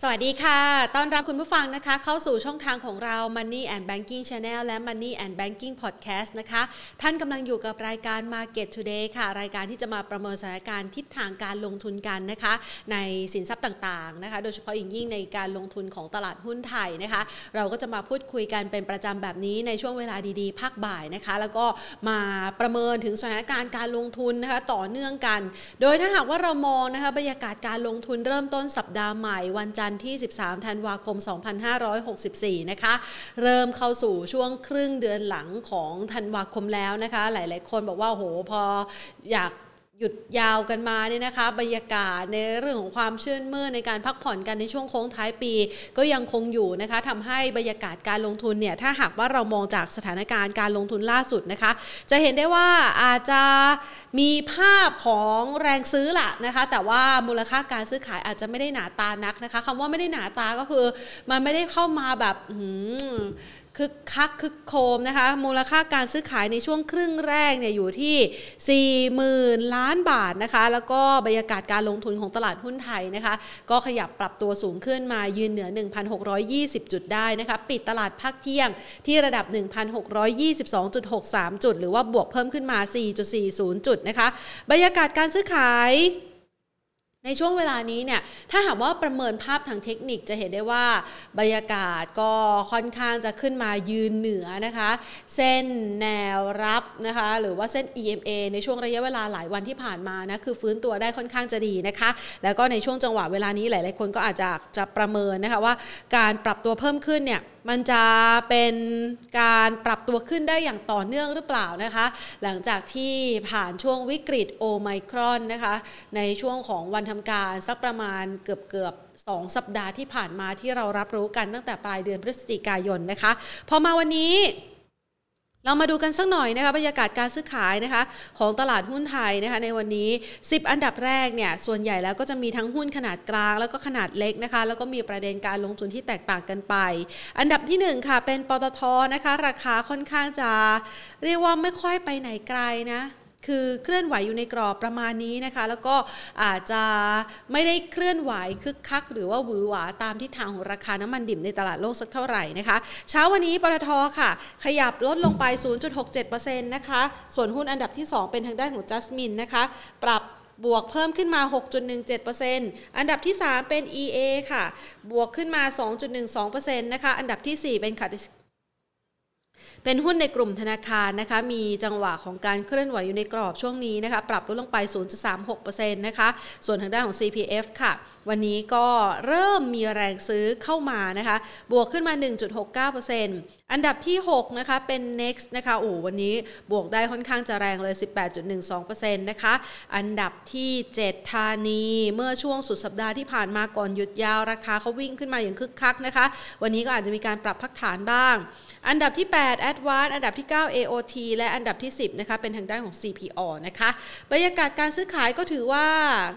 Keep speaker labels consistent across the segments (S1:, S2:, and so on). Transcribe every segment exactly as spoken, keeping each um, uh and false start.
S1: สวัสดีค่ะต้อนรับคุณผู้ฟังนะคะเข้าสู่ช่องทางของเรา Money and Banking Channel และ Money and Banking Podcast นะคะท่านกำลังอยู่กับรายการ Market Today ค่ะรายการที่จะมาประเมินสถานการณ์ทิศทางการลงทุนกันนะคะในสินทรัพย์ต่างๆนะคะโดยเฉพาะอย่างยิ่งในการลงทุนของตลาดหุ้นไทยนะคะเราก็จะมาพูดคุยกันเป็นประจำแบบนี้ในช่วงเวลาดีๆภาคบ่ายนะคะแล้วก็มาประเมินถึงสถานการณ์การลงทุนนะคะต่อเนื่องกันโดยถ้าหากว่าเรามองนะคะบรรยากาศการลงทุนเริ่มต้นสัปดาห์ใหม่วันจันทร์ที่สิบสามธันวาคมสองพันห้าร้อยหกสิบสี่นะคะเริ่มเข้าสู่ช่วงครึ่งเดือนหลังของธันวาคมแล้วนะคะหลายๆคนบอกว่าโหพออยากหยุดยาวกันมาเนี่ยนะคะบรรยากาศในเรื่องของความชื่นมื่นในการพักผ่อนกันในช่วงโค้งท้ายปีก็ยังคงอยู่นะคะทำให้บรรยากาศการลงทุนเนี่ยถ้าหากว่าเรามองจากสถานการณ์การลงทุนล่าสุดนะคะจะเห็นได้ว่าอาจจะมีภาพของแรงซื้อล่ะนะคะแต่ว่ามูลค่าการซื้อขายอาจจะไม่ได้หนาตานักนะคะคำว่าไม่ได้หนาตาก็คือมันไม่ได้เข้ามาแบบคึกคักคึกโคมนะคะมูลค่าการซื้อขายในช่วงครึ่งแรกเนี่ยอยู่ที่ สี่หมื่น ล้านบาทนะคะแล้วก็บรรยากาศการลงทุนของตลาดหุ้นไทยนะคะก็ขยับปรับตัวสูงขึ้นมายืนเหนือ หนึ่งพันหกร้อยยี่สิบ จุดได้นะคะปิดตลาดภาคเที่ยงที่ระดับ หนึ่งพันหกร้อยยี่สิบสองจุดหกสาม จุดหรือว่าบวกเพิ่มขึ้นมา สี่จุดสี่ศูนย์ จุดนะคะบรรยากาศการซื้อขายในช่วงเวลานี้เนี่ยถ้าหากว่าประเมินภาพทางเทคนิคจะเห็นได้ว่าบรรยากาศก็ค่อนข้างจะขึ้นมายืนเหนือนะคะเส้นแนวรับนะคะหรือว่าเส้น อี เอ็ม เอ ในช่วงระยะเวลาหลายวันที่ผ่านมานะคือฟื้นตัวได้ค่อนข้างจะดีนะคะแล้วก็ในช่วงจังหวะเวลานี้หลายๆคนก็อาจจะจะประเมินนะคะว่าการปรับตัวเพิ่มขึ้นเนี่ยมันจะเป็นการปรับตัวขึ้นได้อย่างต่อเนื่องหรือเปล่านะคะหลังจากที่ผ่านช่วงวิกฤตโอไมครอนนะคะในช่วงของวันทำการสักประมาณเกือบเกือบสองสัปดาห์ที่ผ่านมาที่เรารับรู้กันตั้งแต่ปลายเดือนพฤศจิกายนนะคะพอมาวันนี้เรามาดูกันสักหน่อยนะคะบรรยากาศการซื้อขายนะคะของตลาดหุ้นไทยนะคะในวันนี้สิบอันดับแรกเนี่ยส่วนใหญ่แล้วก็จะมีทั้งหุ้นขนาดกลางแล้วก็ขนาดเล็กนะคะแล้วก็มีประเด็นการลงทุนที่แตกต่างกันไปอันดับที่หนึ่งค่ะเป็นปตท.นะคะราคาค่อนข้างจะเรียกว่าไม่ค่อยไปไหนไกลนะคือเคลื่อนไหวอยู่ในกรอบประมาณนี้นะคะแล้วก็อาจจะไม่ได้เคลื่อนไหวคึกคักหรือว่าหวือหวาตามทิศทางของราคาน้ำมันดิบในตลาดโลกสักเท่าไหร่นะคะเช้าวันนี้ปตท.ค่ะขยับลดลงไป ศูนย์จุดหกเจ็ดเปอร์เซ็นต์ นะคะส่วนหุ้นอันดับที่สองเป็นทางด้านของจัสมินนะคะปรับบวกเพิ่มขึ้นมา หกจุดหนึ่งเจ็ดเปอร์เซ็นต์ อันดับที่สามเป็น อี เอ ค่ะบวกขึ้นมา สองจุดหนึ่งสองเปอร์เซ็นต์ นะคะอันดับที่สี่เป็นคาเป็นหุ้นในกลุ่มธนาคารนะคะมีจังหวะของการเคลื่อนไหวอยู่ในกรอบช่วงนี้นะคะปรับลดลงไป ศูนย์จุดสามหกเปอร์เซ็นต์ นะคะส่วนทางด้านของ ซี พี เอฟ ค่ะวันนี้ก็เริ่มมีแรงซื้อเข้ามานะคะบวกขึ้นมา หนึ่งจุดหกเก้าเปอร์เซ็นต์ อันดับที่หกนะคะเป็น Next นะคะโอ้วันนี้บวกได้ค่อนข้างจะแรงเลย สิบแปดจุดหนึ่งสองเปอร์เซ็นต์ นะคะอันดับที่เจ็ดธานีเมื่อช่วงสุดสัปดาห์ที่ผ่านมาก่อนหยุดยาวราคาเขาวิ่งขึ้นมาอย่างคึกคักนะคะวันนี้ก็อาจจะมีการปรับพักฐานบ้างอันดับที่แปด Advance อันดับที่เก้า เอ โอ ที และอันดับที่สิบนะคะเป็นทางด้านของ ซี พี โอ นะคะบรรยากาศการซื้อขายก็ถือว่า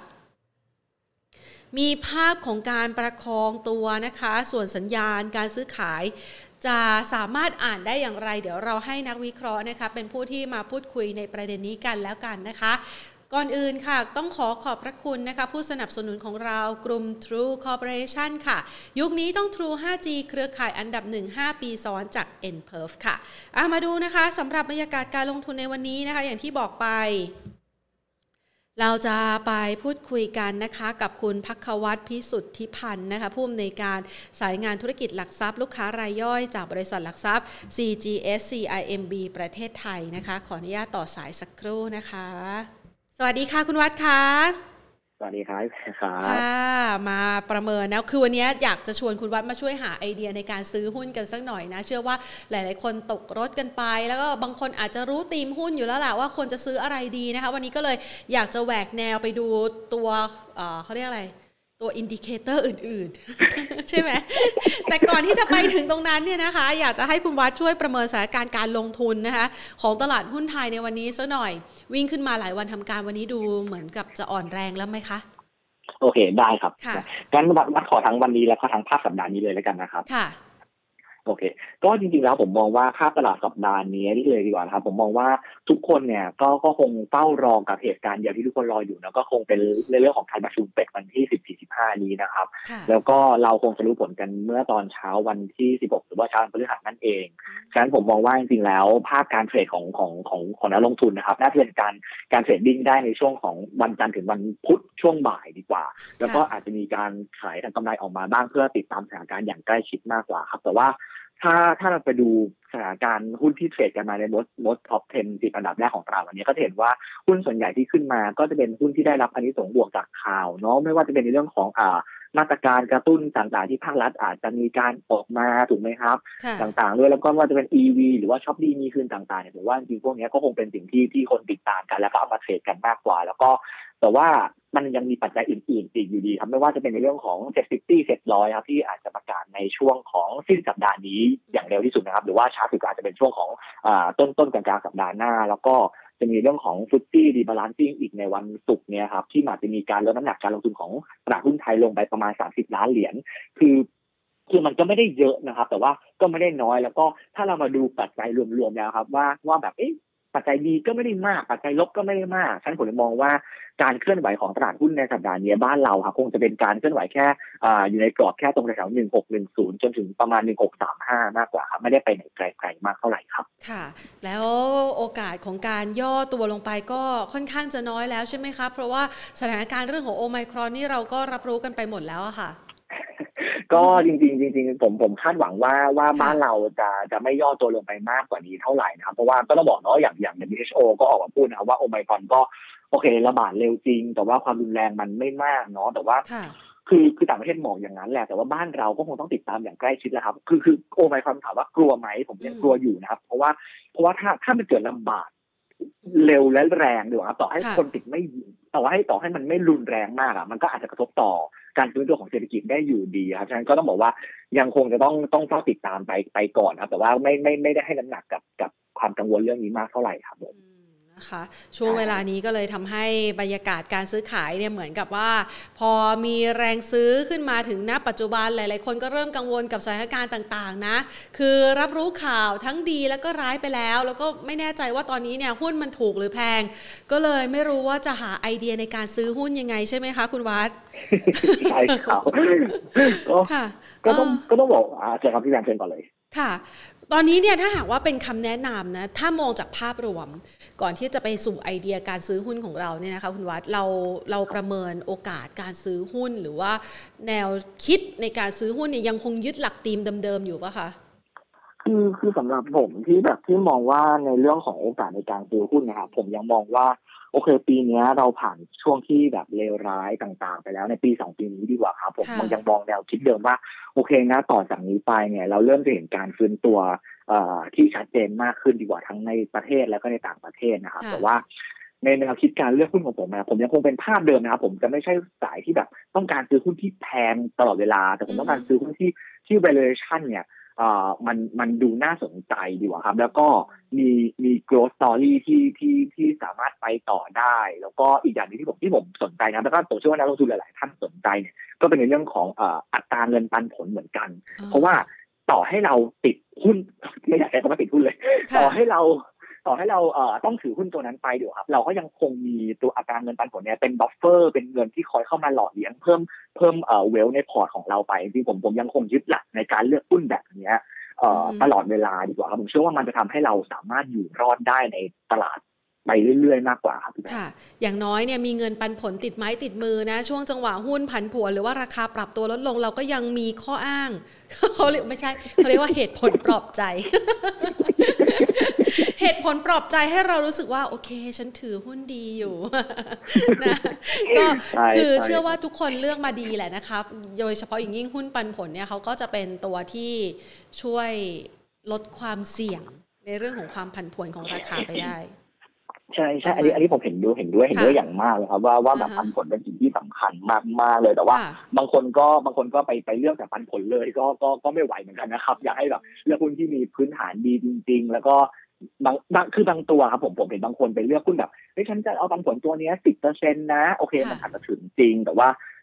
S1: มีภาพของการประคองตัวนะคะส่วนสัญญาณการซื้อขายจะสามารถอ่านได้อย่างไรเดี๋ยวเราให้นักวิเคราะห์นะคะเป็นผู้ที่มาพูดคุยในประเด็นนี้กันแล้วกันนะคะก่อนอื่นค่ะต้องขอขอบพระคุณนะคะผู้สนับสนุนของเรากลุ่ม True Corporation ค่ะยุคนี้ต้อง True ไฟว์จี เครือข่ายอันดับหนึ่ง ห้าปีซ้อนจาก เอ็น พี อี เอ ค่ะอ่ะมาดูนะคะสำหรับบรรยากาศการลงทุนในวันนี้นะคะอย่างที่บอกไปเราจะไปพูดคุยกันนะคะกับคุณภัควัฒน์พิสุทธิพันธ์นะคะผู้อำนวยการสายงานธุรกิจหลักทรัพย์ลูกค้ารายย่อยจากบริษัทหลักทรัพย์ ซี จี เอส ซี ไอ เอ็ม บี ประเทศไทยนะคะขออนุญาตต่อสายสักครู่นะคะสวัสดีค่ะคุณวัฒน์ค่ะ
S2: สวัสดีครับครับ
S1: ค่ะมาประเมินนะคือวันนี้อยากจะชวนคุณวัฒน์มาช่วยหาไอเดียในการซื้อหุ้นกันสักหน่อยนะเชื่อว่าหลายๆคนตกรถกันไปแล้วก็บางคนอาจจะรู้ธีมหุ้นอยู่แล้วแหละว่าควรจะซื้ออะไรดีนะคะวันนี้ก็เลยอยากจะแหวกแนวไปดูตัวเอ่อเขาเรียกอะไรตัวอินดิเคเตอร์อื่นๆ ใช่ไหม แต่ก่อนที่จะไปถึงตรงนั้นเนี่ยนะคะอยากจะให้คุณวัฒน์ช่วยประเมินสถานการณ์การลงทุนนะคะของตลาดหุ้นไทยในวันนี้สักหน่อยวิ่งขึ้นมาหลายวันทำการวันนี้ดูเหมือนกับจะอ่อนแรงแล้วไหมคะ
S2: โอเคได้ครับงั้นวัดขอทั้งวันนี้แล้วก็ทั้งภาพสัปดาห์นี้เลยแล้วกันนะครับ
S1: ค่ะ
S2: โอเคก็จริงๆแล้วผมมองว่าภาพตลาดสัปดาห์นี้นี่เลยดีกว่าครับผมมองว่าทุกคนเนี่ยก็ก็คงเฝ้ารอกับเหตุการณ์เดียวที่ทุกคนรออยู่นะก็คงเป็นในเรื่องของการประชุมเฟดวันที่สิบสี่ สิบห้านี้นะครับแล้วก็เราคงจะรู้ผลกันเมื่อตอนเช้าวันที่สิบหกหรือว่าเช้าวันพฤหัสนั่นเองฉะนั้นผมมองว่าจริงๆแล้วภาพการเทรดของของของของนักลงทุนนะครับน่าจะเป็นการการเทรดดิ้งได้ในช่วงของวันจันทร์ถึงวันพุธช่วงบ่ายดีกว่าแล้วก็อาจจะมีการขายทางกำไรออกมาบ้างเพื่อติดตามสถานการณ์อย่างใกล้ชิดมากกว่าครับแต่ว่าถ้าถ้าเราไปดูสถานการณ์หุ้นที่เทรดกันมาในมดมดท็อปสิบ สิบอันดับแรกของตลาดวันนี้ก็เห็นว่าหุ้นส่วนใหญ่ที่ขึ้นมาก็จะเป็นหุ้นที่ได้รับอานิสงส์บวกจากข่าวเนาะไม่ว่าจะเป็นในเรื่องของอ่ามาตรการกระตุ้นต่างๆที่ภาครัฐอาจจะมีการออกมาถูกไหมครับต่างๆด้วยแล้วก็ว่าจะเป็น อี วี หรือว่าช็อปดีมีคืนต่างๆเนี่ยผมว่าจริงๆพวกนี้ก็คงเป็นสิ่งที่ที่คนติดตามกันแล้วก็เอามาเทรดกันมากกว่าแล้วก็แต่ว่ามันยังมีปัจจัยอื่นๆอีกอยู่ดีครับไม่ว่าจะเป็นในเรื่องของเซ็ต ห้าสิบ เซ็ต หนึ่งร้อยครับที่อาจจะประกาศในช่วงของสิ้นสัปดาห์นี้อย่างเร็วที่สุดนะครับหรือว่าช้าสุดก็อาจจะเป็นช่วงของอ่าต้นๆกลางๆสัปดาห์หน้าแล้วก็จะมีเรื่องของ เอฟ ที เอส Rebalancing อีกในวันศุกร์เนี่ยครับที่อาจจะมีการลดน้ำหนักการลงทุนของตลาดหุ้นไทยลงไปประมาณสามสิบล้านเหรียญคือคือมันก็ไม่ได้เยอะนะครับแต่ว่าก็ไม่ได้น้อยแล้วก็ถ้าเรามาดูปัจจัยรวมๆแล้วครับว่าว่าแบบเอ๊ะปัจจัยดีก็ไม่ได้มากปัจจัยลบก็ไม่ได้มากฉันผมมองว่าการเคลื่อนไหวของตลาดหุ้นในสัปดาห์นี้บ้านเราครับคงจะเป็นการเคลื่อนไหวแค่อ่าอยู่ในกรอบแค่ตรงแถวๆหนึ่งหกหนึ่งศูนย์จนถึงประมาณหนึ่งหกสามห้ามากกว่าครับไม่ได้ไปไหนไกลๆมากเท่าไหร่ครับ
S1: ค่ะแล้วโอกาสของการย่อตัวลงไปก็ค่อนข้างจะน้อยแล้วใช่ไหมครับเพราะว่าสถานการณ์เรื่องของโอไมครอนนี่เราก็รับรู้กันไปหมดแล้วอะค่ะ
S2: ก็จริงๆจริงๆผมผมคาดหวังว่าว่าบ้านเราจะจะไม่ย่อตัวลงไปมากกว่านี้เท่าไหร่นะครับเพราะว่าก็ต้องบอกเนาะอย่างอย่าง ดับเบิลยู เอช โอ ก็ออกมาพูดนะครับว่าโอไมครอนก็โอเคระบาดเร็วจริงแต่ว่าความรุนแรงมันไม่มากเนาะแต่ว่าคือคือต่างประเทศมองอย่างนั้นแหละแต่ว่าบ้านเราก็คงต้องติดตามอย่างใกล้ชิดแล้วครับคือคือโอไมครอนถามว่ากลัวไหมผมยังกลัวอยู่นะครับเพราะว่าเพราะว่าถ้าถ้ามันเกิดระบาดเร็วและแรงดีกว่าต่อให้คนติดไม่ต่อให้ต่อให้มันไม่รุนแรงมากอ่ะมันก็อาจจะกระทบต่อการฟื้นตัวของเศรษฐกิจได้อยู่ดีครับฉะนั้นก็ต้องบอกว่ายังคงจะต้องต้องเฝ้าติดตามไปไปก่อนครับแต่ว่าไม่ไม่ไม่ได้ให้น้ำหนักกับกับความกังวลเรื่องนี้มากเท่าไหร่ครับผม
S1: นะคะช่วงเวลานี้ก็เลยทำให้บรรยากาศการซื้อขายเนี่ยเหมือนกับว่าพอมีแรงซื้อขึ้นมาถึงณปัจจุบันหลายๆคนก็เริ่มกังวลกับสถานการณ์ต่างๆนะคือรับรู้ข่าวทั้งดีแล้วก็ร้ายไปแล้วแล้วก็ไม่แน่ใจว่าตอนนี้เนี่ยหุ้นมันถูกหรือแพงก็เลยไม่รู้ว่าจะหาไอเดียในการซื้อหุ้นยังไงใช่ไหมคะคุณวัฒน์
S2: ใช่ครับก็ก็ต้องก็ต้องบอกอ่าเชิญครับพี่แบงค์เชิญก่อนเลย
S1: ค่ะตอนนี้เนี่ยถ้าหากว่าเป็นคำแนะนำนะถ้ามองจากภาพรวมก่อนที่จะไปสู่ไอเดียการซื้อหุ้นของเราเนี่ยนะคะคุณวัฒน์เราเราประเมินโอกาสการซื้อหุ้นหรือว่าแนวคิดในการซื้อหุ้นเนี่ยยังคงยึดหลักธีมเดิมๆอยู่ปะคะ
S2: คือคือสำหรับผมที่แบบที่มองว่าในเรื่องของโอกาสในการซื้อหุ้นนะครับผมยังมองว่าโอเคปีนี้เราผ่านช่วงที่แบบเลวร้ายต่างๆไปแล้วในปีสองปีนี้ดีกว่าครับผมมันยังมองแนวคิดเดิมว่าโอเคนะต่อจากนี้ไปเนี่ยเราเริ่มจะเห็นการฟื้นตัวเอ่อที่ชัดเจนมากขึ้นดีกว่าทั้งในประเทศแล้วก็ในต่างประเทศนะครับแต่ว่าในแนวคิดการเลือกหุ้นของผมนะผมยังคงเป็นภาพเดิมนะครับผมจะไม่ใช่สายที่แบบต้องการซื้อหุ้นที่แพงตลอดเวลาแต่ผมต้องการซื้อหุ้นที่ที่ valuation เนี่ยอ่ามันมันดูน่าสนใจดีกว่าครับแล้วก็มีมี growth story ที่ที่ที่สามารถไปต่อได้แล้วก็อีกอย่างนึงที่ผมที่ผมสนใจนะแล้วก็ผมเชื่อว่านักลงทุนหลายๆท่านสนใจเนี่ยก็เป็นในเรื่องของอ่าอัตราเงินปันผลเหมือนกันเพราะว่าต่อให้เราติดหุ้นไม่อยากใช้คำว่าติดหุ้นเลยต่อให้เราต่อให้เราเอ่อต้องถือหุ้นตัวนั้นไปเดี๋ยวครับเราก็ยังคงมีตัวอัตราเงินปันผลเนี่ยเป็นบัฟเฟอร์เป็นเงินที่คอยเข้ามาหล่อเลี้ยงเพิ่มเพิ่มเอ่อเวลในพอร์ตของเราไปจริงๆผมผมยังคงยึดหลักในการเลือกหุ้นแบบนี้เอ่อตลอดเวลาดีกว่าครับผมเชื่อว่ามันจะทำให้เราสามารถอยู่รอดได้ในตลาดไปเรื่อยๆมากกว่าครับ
S1: ค่ะอย่างน้อยเนี่ยมีเงินปันผลติดไม้ติดมือนะช่วงจังหวะหุ้นผันผวนหรือว่าราคาปรับตัวลดลงเราก็ยังมีข้ออ้างเขาเรียกไม่ใช่เขาเรียกว่าเหตุผลปลอบใจ เหตุผลปลอบใจให้เรารู้สึกว่าโอเคฉันถือหุ้นดีอยู่นะก็คือเชื่อว่าทุกคนเลือกมาดีแหละนะครับโดยเฉพาะอย่างยิ่งหุ้นปันผลเนี่ยเขาก็จะเป็นตัวที่ช่วยลดความเสี่ยงในเรื่องของความผันผวนของราคาไปได้
S2: ใช่ใช่อันนี้อันนี้ผมเห็นด้วยเห็นด้วยเห็นด้วยอย่างมากเลยครับว่าว่าแบบปันผลเป็นสิ่งที่สำคัญมากมากเลยแต่ว่าบางคนก็บางคนก็ไปไปเลือกแต่ปันผลเลยก็ก็ก็ไม่ไหวเหมือนกันนะครับอยากให้แบบเลือกหุ้นที่มีพื้นฐานดีจริงๆแล้วก็บางบางคือบางตัวครับผมผมเห็นบางคนไปเลือกหุ้นแบบเฮ้ยฉันจะเอาปันผลตัวนี้ สิบเปอร์เซ็นต์ นะโอเคมันอาจจะถึงจริงแต่ว่า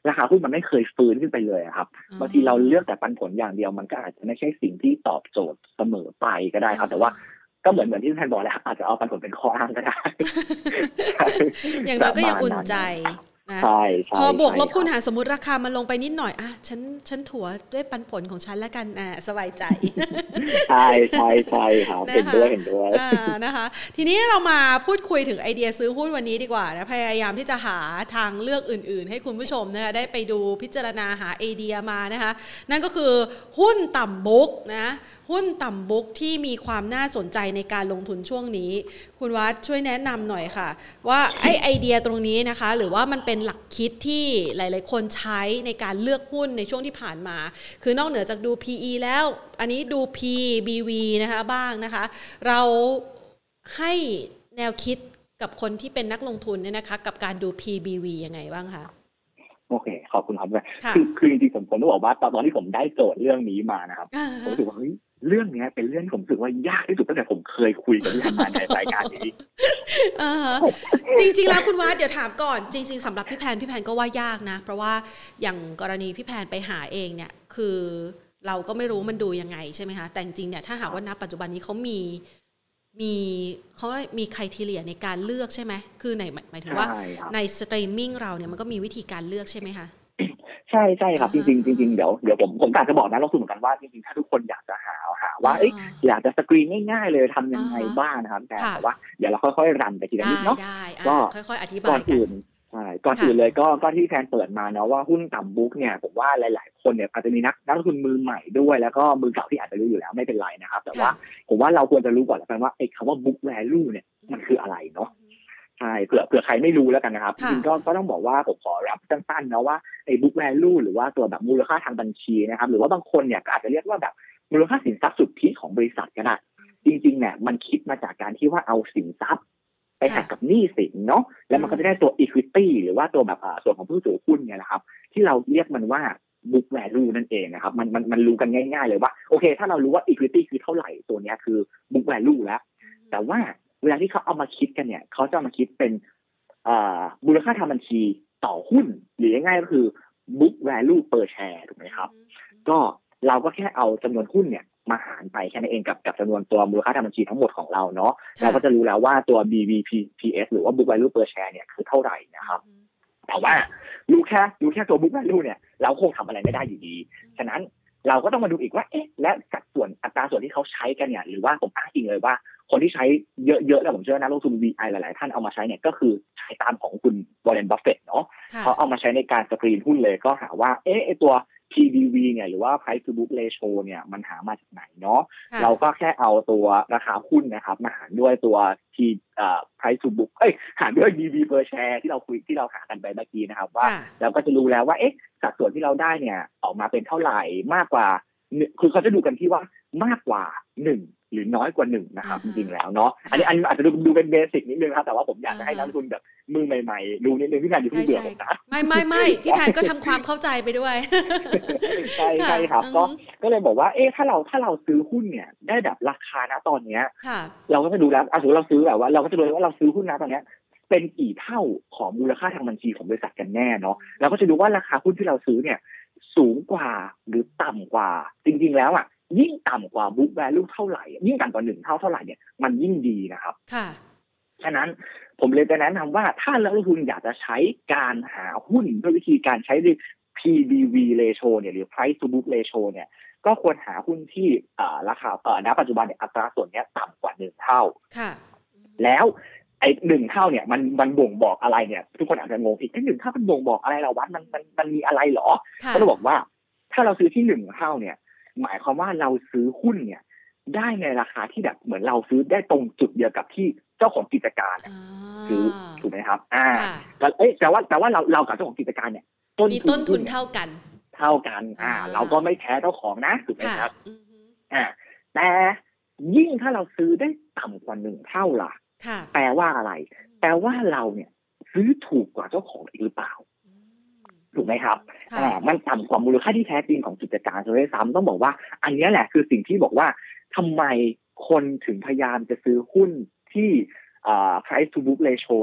S2: ราคาหุ้นมันไม่เคยฟื้นขึ้นไปเลยครับบางทีเราเลือกแต่ปันผลอย่างเดียวมันก็อาจจะไม่ใช่สิ่งที่ตอบโจทย์เสมอไปก็ได้ครับแต่ว่าก็เหมือนเหมือนที่ท่านบอกแหละอาจจะเอาปันผลเป็นข้ออ้างก็ได้
S1: อย่างน้อยก็ยังอุ่นใจนะพอบวกลบคูณหารสมมุติราคามันลงไปนิดหน่อยอ่ะฉันฉันถัวด้วยปันผลของฉันแล้วกันอ่าสบายใจ
S2: ใช่ใช่ใช่ครับเห็นด้วยเห็นด้วย
S1: อ่านะคะทีนี้เรามาพูดคุยถึงไอเดียซื้อหุ้นวันนี้ดีกว่านะพยายามที่จะหาทางเลือกอื่นๆให้คุณผู้ชมนะคะได้ไปดูพิจารณาหาไอเดียมานะคะนั่นก็คือหุ้นต่ำบุ๊กนะหุ้นต่ำบุ๊กที่มีความน่าสนใจในการลงทุนช่วงนี้คุณวัดช่วยแนะนำหน่อยค่ะว่าไอไอเดียตรงนี้นะคะหรือว่ามันเป็นหลักคิดที่หลายๆคนใช้ในการเลือกหุ้นในช่วงที่ผ่านมาคือนอกเหนือจากดู พี อี แล้วอันนี้ดู P บี วี นะคะบ้างนะคะเราให้แนวคิดกับคนที่เป็นนักลงทุนเนี่ยนะคะกับการดู พี บี วี ยังไงบ้างคะ
S2: โอเคขอบคุณครับคือคือจริงๆผมผมต้องบอกว่าตอนที่ผมได้โจทย์เรื่องนี้มานะครับผมรู้สึกว่าเฮ้ยเรื่องนี้เป็นเรื่องที่ผมรู้สึกว่ายากที่สุดตั้งแต่ผมเคยคุยกับพี่ฮันมาในรายการนี้
S1: จริงๆแล้วคุณวัดเดี๋ยวถามก่อนจริงๆสำหรับพี่แพนพี่แพนก็ว่ายากนะเพราะว่าอย่างกรณีพี่แพนไปหาเองเนี่ยคือเราก็ไม่รู้มันดูยังไงใช่ไหมคะแต่จริงๆเนี่ยถ้าหากว่าณปัจจุบันนี้เขามีมีเขามีไครทีเรียในการเลือกใช่ไหมคือในหมายถึงว่าในสตรีมมิ่งเราเนี่ยมันก็มีวิธีการเลือกใช่ไหมคะ
S2: ใช่ใช่ครับจริงๆจริงๆเดี๋ยวเดี๋ยวผมผมอยากจะบอกนะเราคุยเหมือนกันว่าจริงๆถ้าทุกคนอยากจะหาหาว่าเอ๊ะอยากจะสกรีนง่ายๆเลยทำยังไงบ้างนะครับแต่ว่าเดี๋ยวเราค่อยๆรันไปทีละนิดเนาะ
S1: ก็ค่อยๆอธิบาย
S2: ก่อนอื่นใช่ก่อนอื่นเลยก็ก็ที่แทนเปิดมาเนาะว่าหุ้นต่ำบุ๊กเนี่ยผมว่าหลายๆคนเนี่ยอาจจะมีนักนักลงทุนมือใหม่ด้วยแล้วก็มือเก่าที่อาจจะรู้อยู่แล้วไม่เป็นไรนะครับแต่ว่าผมว่าเราควรจะรู้ก่อนแล้วกันว่าไอ้คำว่า book value เนี่ยมันคืออะไรเนาะใช่เผื่อเผื่อใครไม่รู้แล้วกันนะครับจริงๆก็ก็ต้องบอกว่าผมขอรับสั้นๆนะว่าไอ้ book value หรือว่าตัวแบบมูลค่าทางบัญชีนะครับหรือว่าบางคนเนี่ยก็อาจจะเรียกว่าแบบมูลค่าสินทรัพย์สุทธิของบริษัทก็ได้จริงๆเนี่ยมันคิดมาจากการที่ว่าเอาสินทรัพย์ไปหักกับหนี้สินเนาะแล้วมันก็จะได้ตัว equity หรือว่าตัวแบบส่วนของผู้ถือหุ้นเนี่ยนะครับที่เราเรียกมันว่า book value นั่นเองนะครับมันมันมันรู้กันง่ายๆเลยว่าโอเคถ้าเรารู้ว่า equity คือเท่าไหร่ตัวนี้คือ book value แล้วแต่ว่าเวลาที่เขาเอามาคิดกันเนี่ยเขาจะมาคิดเป็นมูลค่าทางบัญชีต่อหุ้นหรือง่ายๆก็คือ book value per share ถูกไหมครับก็เราก็แค่เอาจำนวนหุ้นเนี่ยมาหารไปแค่นั้นเองกับกับจำนวนตัวมูลค่าทางบัญชีทั้งหมดของเราเนาะเราก็จะรู้แล้วว่าตัว บี วี พี เอส หรือว่า book value per share เนี่ยคือเท่าไหร่นะครับแต่ว่ารู้แค่รู้แค่ตัว book value เนี่ยเราคงทำอะไรไม่ได้อยู่ดีฉะนั้นเราก็ต้องมาดูอีกว่าเอ๊ะและสัดส่วนอัตราส่วนที่เขาใช้กันเนี่ยหรือว่าผมอ้างอิงเลยว่าคนที่ใช้เยอะๆแล้วผมเชื่อนะลงทุน วี ไอ หลายๆท่านเอามาใช้เนี่ยก็คือใช้ตามของคุณวอร์เรน บัฟเฟตต์เนาะเขาเอามาใช้ในการสกรีนหุ้นเลยก็หาว่าเอ๊ะไอตัว พี บี วี เนี่ยหรือว่า price to book ratio เนี่ยมันหามาจากไหนเนาะเราก็แค่เอาตัวราคาหุ้นนะครับมาหารด้วยตัว P เอ่อ price to book เอ้ยหารด้วย บี วี per share ที่เราคุยที่เราหากันไปเมื่อกี้นะครับว่าเราก็จะรู้แล้วว่าเอ๊ะสัดส่วนที่เราได้เนี่ยออกมาเป็นเท่าไหร่มากกว่าคือเขาจะดูกันที่ว่ามากกว่าหนึ่งหรือน้อยกว่าหนึ่งนะครับจริงๆแล้วเนาะอันนี้อันนี้อาจจะดูดูเป็นเบสิกนิดนึงครับแต่ว่าผมอยากจะให้นักลงทุนแบบมือใหม่ๆดูนิดนึงพี่แพนอย่าเพิ่งเบื่อผมนะ
S1: ไม่ไม่ไม่พี่แพนก็ทำความเข้าใจไปด้วย
S2: ใช่ใช่ครับก็ก็เลยบอกว่าเอ๊ะถ้าเราถ้าเราซื้อหุ้นเนี่ยได้แบบราคาณตอนเนี้ยเราก็จะดูแล้วอ่ะสมมติเราซื้อแบบว่าเราก็จะดูว่าเราซื้อหุ้นณตอนเนี้ยเป็นกี่เท่าของมูลค่าทางบัญชีของบริษัทกันแน่เนาะเราก็จะดูว่าราคาหุ้นที่เราซื้อเนี่ยสูงกว่าหรือต่ำกว่าจริงๆแล้วอ่ะยิ่งต่ำกว่า book value เท่าไหร่ยิ่งต่ำกว่าหนึ่งเท่าเท่าไหร่เนี่ยมันยิ่งดีนะครับค่ะฉะนั้นผมเลยจะแนะนำว่าถ้านักลงทุนอยากจะใช้การหาหุ้นด้วยวิธีการใช้ พี บี วี ratio เนี่ยหรือ price to book ratio เนี่ยก็ควรหาหุ้นที่ราคาเอ่อณปัจจุบันเนี่ยอัตราส่วนเนี้ยต่ำกว่าหนึ่งเท่าค่ะแล้วไอ้หนึ่งเท่าเนี่ยมันมันบ่งบอกอะไรเนี่ยทุกคนอาจจะงงอีกไอ้หนึ่งเท่ามันบ่งบอกอะไรเราวะมันมันมันมีอะไรหรอก็ต้องบอกว่าถ้าเราซื้อที่หนึ่งเท่าเนี่ยหมายความว่าเราซื้อหุ้นเนี่ยได้ในราคาที่แบบเหมือนเราซื้อได้ตรงจุดเดียวกับที่เจ้าของกิจการซื้อถูกไหมครับอ่าแต่เอ๊ะแต่ว่าแต่ว่าเราเรากับเจ้าของกิจการเนี่ย
S1: ต้นทุนต้นทุนเท่ากัน
S2: เท่ากันอ่าเราก็ไม่แพ้เจ้าของนะถูกไหมครับอ่าแต่ยิ่งถ้าเราซื้อได้ต่ำกว่าหนึ่งเท่าล่ะแปลว่าอะไรแปลว่าเราเนี่ยซื้อถูกกว่าเจ้าของหรือเปล่าถูกไหมครับอ่ามันต่ำกว่ามูลค่าที่แท้จริงของกิจการเลยซ้ำต้องบอกว่าอันนี้แหละคือสิ่งที่บอกว่าทำไมคนถึงพยายามจะซื้อหุ้นที่อ่า price to book ratio เนี่ย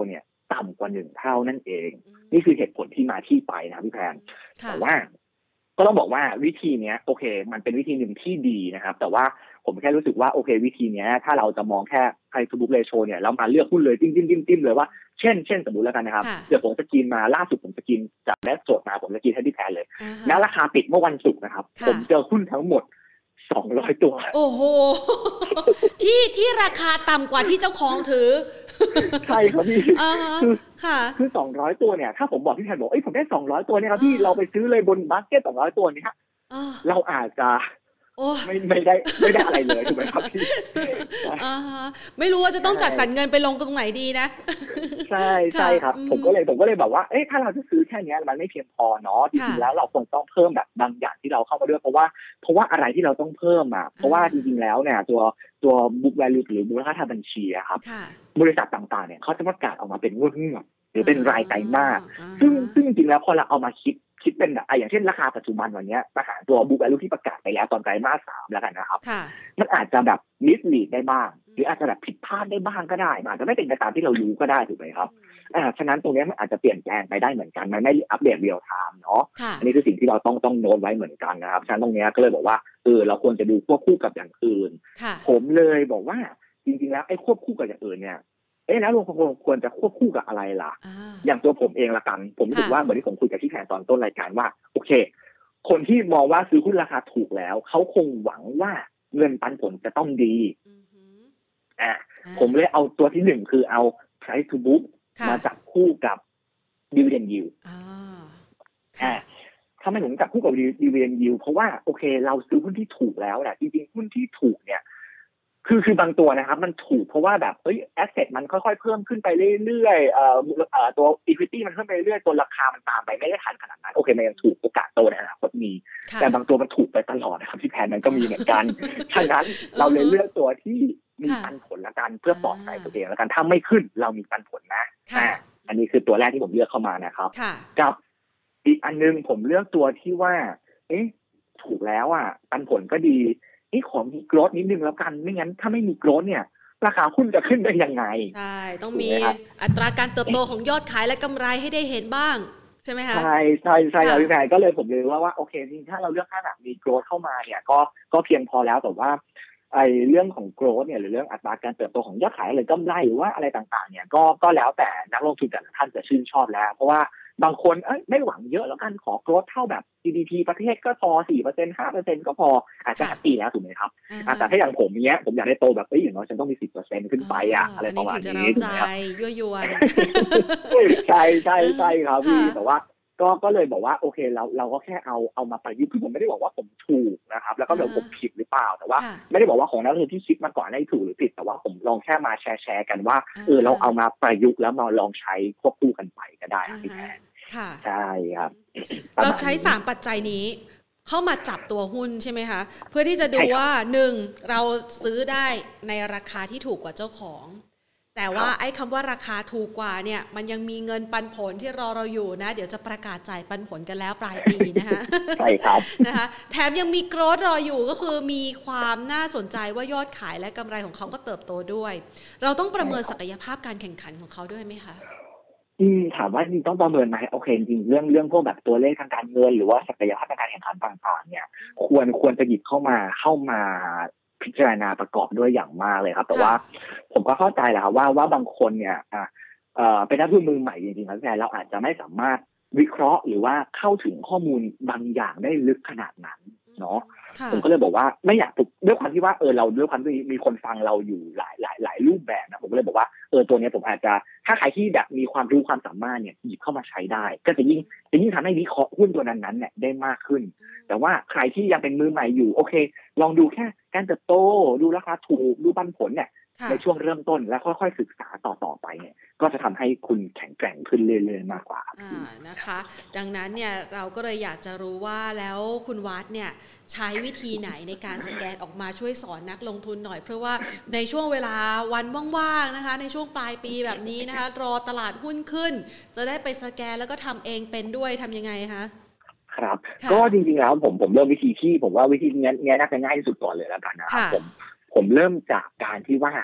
S2: ต่ำกว่าหนึ่งเท่านั่นเองนี่คือเหตุผลที่มาที่ไปนะพี่แพนแต่ว่าก็ต้องบอกว่าวิธีนี้โอเคมันเป็นวิธีหนึ่งที่ดีนะครับแต่ว่าผมแค่รู้สึกว่าโอเควิธีนี้ถ้าเราจะมองแค่ price to book ratio เนี่ยแล้วมาเลือกหุ้นเลยจิ้มจิ้มจิ้มจิ้มเลยว่าเช่นเช่นสมมติแล้วกันนะครับเดี๋ยวผมจะกินมาล่าสุดผมจะกินจากแมสโจทย์มาผมจะกินให้พี่แพนเลยแล้วราคาปิดเมื่อวันศุกร์นะครับผมเจอหุ้นทั้งหมดสองร้อยตัว
S1: โอ้โหที่ที่ราคาต่ำกว่าที่เจ้าของถือ
S2: ใช่ครับพี่
S1: คือค่ะ
S2: คือสองร้อยตัวเนี่ยถ้าผมบอกพี่แพนบอกเอ้ยผมได้สองร้อยตัวเนี่ยครับพี่เราไปซื้อเลยบนบาสเก็ตสองร้อยตัวนี้ฮะเราอาจจะไม่ไม่ได้ไม่ได้อะไรเลยถูกไหมครับพี่
S1: อ่าฮะไม่รู้ว่าจะต้องจัดสรรเงินไปลงตรงไหนดีนะ
S2: ใช่ใช่ครับผมก็เลยผมก็เลยบอกว่าเอ๊ะถ้าเราจะซื้อแค่นี้มันไม่เพียงพอเนาะจริงๆแล้วเราควรต้องเพิ่มแบบบางอย่างที่เราเข้ามาด้วยเพราะว่าเพราะว่าอะไรที่เราต้องเพิ่มอ่ะเพราะว่าจริงๆแล้วเนี่ยตัวตัว book value หรือมูลค่าทางบัญชีอะครับบริษัทต่างๆเนี่ยเขาจะประกาศออกมาเป็นงวดหรือเป็นรายไตรมาสซึ่งซึ่งจริงๆแล้วพอเราเอามาคิดคิดเป็นอ่ะอย่างเช่นราคาปัจจุบันวันนี้มาหาตัว book value ที่ประกาศไปแล้วตอนไตรมาสสามแล้วกันนะครับมันอาจจะแบบ mislead ได้บ้างหรืออาจจะแบบผิดพลาดได้บ้างก็ได้อาจจะไม่เป็นไปตามที่เรารู้ก็ได้ถูกไหมครับอ่าฉะนั้นตรงนี้มันอาจจะเปลี่ยนแปลงไปได้เหมือนกันมันไม่อัปเดตเรียลไทม์เนาะอันนี้คือสิ่งที่เราต้องต้องโน้ตไว้เหมือนกันนะครับฉะนั้นตรงนี้ก็เลยบอกว่าเออเราควรจะดูควบคู่กับอย่างอื่นผมเลยบอกว่าจริงๆแล้วไอ้ควบคู่กับอย่างอื่นเนี่ยเอ๊ะแล้วเราควรจะควบคู่กับอะไรล่ะอย่างตัวผมเองละกันผมรู้สึกว่าเหมือนที่ผมคุยกับพี่แพนตอนต้นรายการว่าโอเคคนที่มองว่าซื้อหุ้นราคาถูกแล้วเขาคงหวังว่าเงินปันผลจะต้องดีอ่าผมเลยเอาตัวที่หนึ่งคือเอา price to book มาจับคู่กับ dividend yield อ่าทำไมผมจับคู่กับ dividend yield เพราะว่าโอเคเราซื้อหุ้นที่ถูกแล้วแหละจริงๆหุ้นที่ถูกเนี่ยคือคือบางตัวนะครับมันถูกเพราะว่าแบบเอ้ยแอสเซทมันค่อยๆเพิ่มขึ้นไปเรื่อยๆเอ่อเอ่อตัว equity มันเพิ่มไปเรื่อยๆตัวราคามันตามไปไม่ได้ทันขนาดนั้นโอเคมันยังถูกโอกาสโตในอนาคตมีแต่บางตัวมันถูกไปตลอดนะครับที่แผนมันก็มีเหมือนกันฉะนั้นเราเลยเลือกตัวที่มีปันผลละกันเพื่อปลอดภัยตัวเองละกันถ้าไม่ขึ้นเรามีปันผลนะอ่าอันนี้คือตัวแรกที่ผมเลือกเข้ามานะครับกับอีกอันนึงผมเลือกตัวที่ว่าเอ๊ะถูกแล้วอ่ะปันผลก็ดีนี่ขอมีโกรธนิดนึงแล้วกันไม่งั้นถ้าไม่มีโกรธเนี่ยราคาหุ้นจะขึ้นได้ยังไง
S1: ใช่ต้องมีอัตราการเติบโตของยอดขายและกำไรให้ได้เห็นบ้างใช่ไหมคะ
S2: ใช่ใช่ใช่พี่แพรก็เลยผมเลยว่าว่าโอเคจริงถ้าเราเลือกแค่แบบมีโกรธเข้ามาเนี่ยก็ก็เพียงพอแล้วแต่ว่าไอ้เรื่องของโกรธเนี่ยหรือเรื่องอัตราการเติบโตของยอดขายหรือกำไรหรือว่าอะไรต่างๆเนี่ยก็ก็แล้วแต่นักลงทุนแต่ละท่านจะชื่นชอบแล้วเพราะว่าบางคนเอ้ยไม่หวังเยอะแล้วกันขอโกรธเท่าแบบ จี ดี พี ประเทศก็พอ สี่เปอร์เซ็นต์ ห้าเปอร์เซ็นต์ ก็พออาจจะแฮปปี้แล้วถูกไหมครับแต่ถ้าอย่างผมเนี้ยผมอยากได้โตแบบเอ้ยอย่างน้อยฉันต้องมี สิบเปอร์เซ็นต์ ขึ้นไปอ่ะอะไรประมาณนี้ถูกไหมครับ
S1: ยั่วยวน
S2: ใช่ใช่ใช่ครับพี่แต่ว่าก็ก็เลยบอกว่าโอเคเราเราก็แค่เอาเอามาประยุกต์คือผมไม่ได้บอกว่าผมถูกนะครับแล้วก็เดี๋ยวผมผิดหรือเปล่าแต่ว่าไม่ได้บอกว่าของนักลงทุนที่คิดมาก่อนได้ถูกหรือผิดแต่ว่าผมลองแค่มาแชร์แชร์กันว่าเออเราเอามาประยุกต์แล้วมาลองใช้ควบคู่กันไปก็ได้พี่แพนใช่ครับ
S1: เราใช้สามปัจจัยนี้เข้ามาจับตัวหุ้นใช่ไหมคะเพื่อที่จะดูว่าหนึ่งเราซื้อได้ในราคาที่ถูกกว่าเจ้าของแต่ว่าไอ้คำว่าราคาถูกกว่าเนี่ยมันยังมีเงินปันผลที่รอเราอยู่นะเดี๋ยวจะประกาศจ่ายปันผลกันแล้วปลายปีนะคะ
S2: ใช่ครับ
S1: นะคะแถมยังมีโกรธรออยู่ก็คือมีความน่าสนใจว่ายอดขายและกำไรของเขาก็เติบโตด้วยเราต้องประเมินศักยภาพการแข่งขันของเขาด้วยไหมคะ
S2: อืมถามว่าจริงต้องประเมินไหมโอเคจริงเรื่องเรื่องพวกแบบตัวเลขทางการเงินหรือว่าศักยภาพทางการแข่งขันต่างๆเนี่ยควรควรจะหยิบเข้ามาเข้ามาพิจารณาประกอบด้วยอย่างมากเลยครับแต่ว่าผมก็เข้าใจแหละครับว่าว่าบางคนเนี่ยอ่าเอ่อเป็นนักลงทุนมือใหม่จริงๆครับแต่เราอาจจะไม่สามารถวิเคราะห์หรือว่าเข้าถึงข้อมูลบางอย่างได้ลึกขนาดนั้นเนาะผมก็เลยบอกว่าไม่อยากด้วยความที่ว่าเออเราด้วยความที่มีคนฟังเราอยู่หลายหลายหลายรูปแบบนะผมก็เลยบอกว่าเออตัวนี้ผมอาจจะถ้าใครที่แบบมีความรู้ความสามารถเนี่ยหยิบเข้ามาใช้ได้ก็จะยิ่งจะยิ่งทำให้วิเคราะห์หุ้นตัวนั้นๆเนี่ยได้มากขึ้นแต่ว่าใครที่ยังเป็นมือใหม่อยู่โอเคลองดูแค่การเติบโตดูราคาถูกดูปันผลเนี่ยในช่วงเริ่มต้นแล้วค่อยๆศึกษาต่อๆไปเนี่ยก็จะทำให้คุณแข็งแกร่งขึ้นเรื่อยๆมากกว่า
S1: อ่านะคะดังนั้นเนี่ยเราก็เลยอยากจะรู้ว่าแล้วคุณวัดเนี่ยใช้วิธีไหนในการสแกนออกมาช่วยสอนนักลงทุนหน่อยเพราะว่าในช่วงเวลาวันว่างๆนะคะในช่วงปลายปีแบบนี้นะคะรอตลาดหุ้นขึ้นจะได้ไปสแกนแล้วก็ทำเองเป็นด้วยทำยังไงคะ
S2: ครับก็จริงๆแล้วผมผมเริ่มวิธีที่ผมว่าวิธีนี้เนี่ยน่าจะง่ายที่สุดก่อนเลยแล้วกันนะครับผมผมเริ่มจากการที่ว่า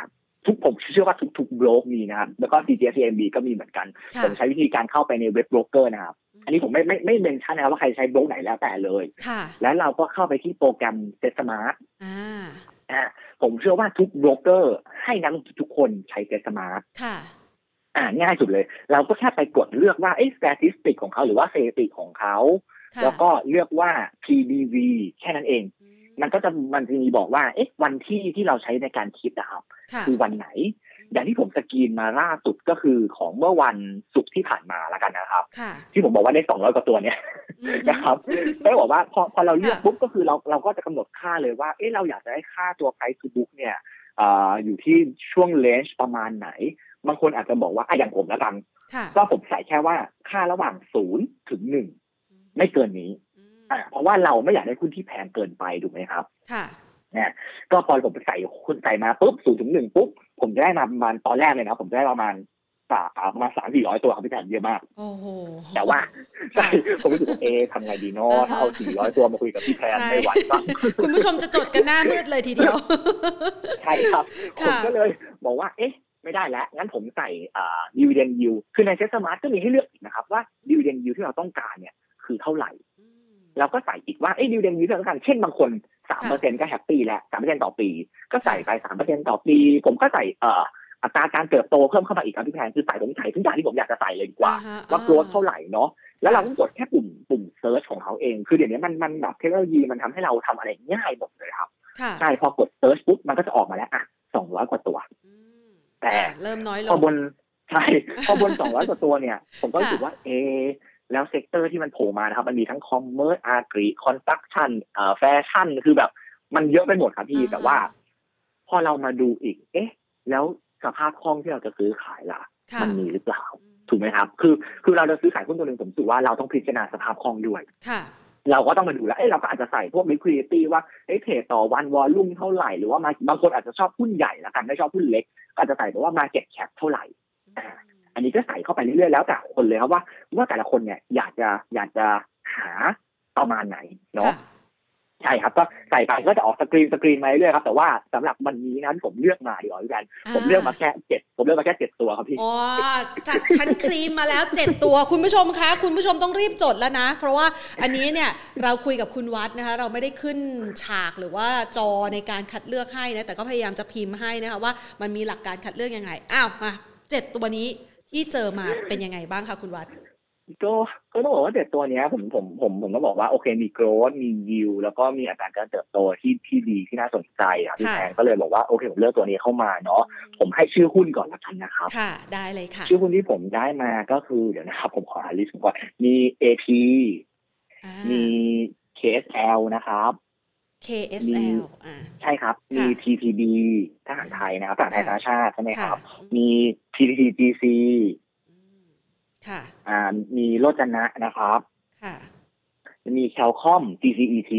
S2: ทุกผมเชื่อว่าทุกๆโบรกมีนะครับแล้วก็ ซี จี เอส ซี เอ็ม บี ก็มีเหมือนกันผมใช้วิธีการเข้าไปในเว็บโบรกเกอร์นะครับอันนี้ผมไม่ไม่ไม่เมนชั่นนะครับว่าใครใช้โบรกไหนแล้วแต่เลยแล้วเราก็เข้าไปที่โปรแกรม SetSmart อ่าอ่าผมเชื่อว่าทุกโบรกเกอร์ให้นักลงทุนทุกคนใช้ SetSmart ค่ะอ่าง่ายสุดเลยเราก็แค่ไปกดเลือกว่าเอ๊ะ statistic ของเขาหรือว่าสถิติของเขาแล้วก็เลือกว่า พี บี วี แค่นั้นเองมันก็จะมันจะมีบอกว่าเอ๊ะวันที่ที่เราใช้ในการคิดนะครับคือวันไหนอย่างที่ผมสกรีนมาล่าสุดก็คือของเมื่อวันศุกร์ที่ผ่านมาแล้วกันนะครับที่ผมบอกว่าได้สองร้อยกว่าตัวเนี้ยนะครับก็บอกว่าพอพอเราเลือกปุ๊บก็คือเราเราก็จะกำหนดค่าเลยว่าเอ๊ะเราอยากจะได้ค่าตัว price to book เนี่ยอ่าอยู่ที่ช่วง range ประมาณไหนบางคนอาจจะบอกว่าอ่ะอย่างผมแล้วกันก็ผมใส่แค่ว่าค่าระหว่างศูนย์ถึงหนึ่งไม่เกินนี้อ่าเพราะว่าเราไม่อยากได้หุ้นที่แพงเกินไปถูกไหมครับค่ะเนี่ยก็พอผมไปใส่คุณใส่มาปุ๊บศูนย์ถึงหนึ่งปุ๊บผมจะได้มาประมาณตอนแรกเลยนะผมจะได้ประมาณสามประมาณสามสี่ร้อยตัวครับพี่แทนเยอะมากโอ้โหแต่ว่าใช่ผมรู้สึกว่าเอ๊ะทำไงดีเนาะถ้าเอาสี่ร้อยตัวมาคุยกับพี่แทนไม่ไหวบ้าง
S1: คุณผู้ชมจะจดกันหน้ามืดเลยทีเดียว
S2: ใช่ครับผมก็เลยบอกว่าเอ๊ะไม่ได้แล้วงั้นผมใส่อ่า dividend yield คือใน SetSmart ก็มีให้เลือกอีกนะครับว่า dividend yield ที่เราต้องการเนี่ยคือเท่าไหร่เราก็ใส่อีกว่าเอ้ย dividend yield ที่เราต้องการเช่นบางคน สามเปอร์เซ็นต์ ก็แฮปปี้แล้ว สามเปอร์เซ็นต์ ต่อปีก็ใส่ไป สามเปอร์เซ็นต์ ต่อปีผมก็ใส่เอ่ออัตราการเติบโตเพิ่มเข้ามาอีกครับพี่แพนคือใส่ผมใส่ทุกอย่างที่ผมอยากจะใส่เลยดีกว่าว่า growth เท่าไหร่เนาะแล้วเราก็กดแค่ปุ่มปุ่ม search ของเขาเองคือเดี๋ยวนี้มันมันแบบเทคโนโลยีมันทำให้เราทำอะไรง่ายหมดเลยครับใช่พอกด search ปุ๊บมันก็จะออกมาแล้วอ่ะสองร้อยกว่าตัวแต่
S1: เริ่มน้อยลง
S2: พอบนใช่พอบนสองร้อยกว่าตัวเนี่ยผมก็รู้สึกว่าเอแล้วเซกเตอร์ที่มันโผล่มานะครับมันมีทั้งคอมเมอร์สอาร์กรีคอนสตรัคชั่นเอ่อแฟชั่นคือแบบมันเยอะไปหมดครับพี่แต่ว่าพอเรามาดูอีกเอ๊ะแล้วสภาพคล่องที่เราจะซื้อขายล่ะมันมีหรือเปล่าถูกไหมครับคือคือเราจะซื้อขายหุ้นตัวนึงผมรู้สึกว่าเราต้องพิจารณาสภาพคล่องด้วยเราก็ต้องมาดูแล้วเอ้เราก็อาจจะใส่พวก liquidity ว่าเอ้เทรดต่อวันวอลลุ่มเท่าไหร่หรือว่ามาบางคนอาจจะชอบหุ้นใหญ่ละกันไม่ชอบหุ้นเล็กก็อาจจะใส่แบบว่า market cap เท่าไหร่อันนี้ก็ใส่เข้าไปเรื่อยๆแล้วแต่คนเลยครับว่าว่าแต่ละคนเนี่ยอยากจะอยากจะหาประมาณไหนเนาะใช่ครับก็ใส่ไปก็จะออกสกรีนสกรีนมาเรื่อยๆครับแต่ว่าสำหรับวันนี้นั้นผมเลือกมาดีกว่าพี่แพนผมเลือกมาแค่เจ็ดผมเลือกมาแค่เจ็ดตัวครับพี่
S1: อ๋อจัดชั้นครีมมาแล้วเจ็ดตัวคุณผู้ชมคะคุณผู้ชมต้องรีบจดแล้วนะเพราะว่าอันนี้เนี่ยเราคุยกับคุณวัดนะคะเราไม่ได้ขึ้นฉากหรือว่าจอในการคัดเลือกให้นะแต่ก็พยายามจะพิมพ์ให้นะคะว่ามันมีหลักการคัดเลือกยังไงอ้าวมาเจ็ดตัวนี้ที่เจอมาเป็นยังไงบ้างคะคุณวัด
S2: ก็ก็ต้องบอกว่าเจ็ดตัวนี้ผมผมผมผมต้องบอกว่าโอเคมีโกรธมียิวแล้วก็มีอัตราการเติบโตที่ที่ดีที่น่าสนใจอ่ะพี่แพงก็เลยบอกว่าโอเคผมเลือกตัวนี้เข้ามาเนาะผมให้ชื่อหุ้นก่อนละกันนะครับ
S1: ค่ะได้เลยค่ะ
S2: ชื่อหุ้นที่ผมได้มาก็คือเดี๋ยวนะครับผมขอหาลิสต์ก่อนมี เอ พี มี เค เอส แอล นะครับ
S1: เค เอส แอล อ่า
S2: ใช่ครับมี ที ที บี ทหารไทยนะครับทหารไทยสาชาติใช่ไหมครับมี พี ที ที จี ซีค่ะอ่ามีโรจนะนะครับค่ะมีแคลคอม จี ซี อี ที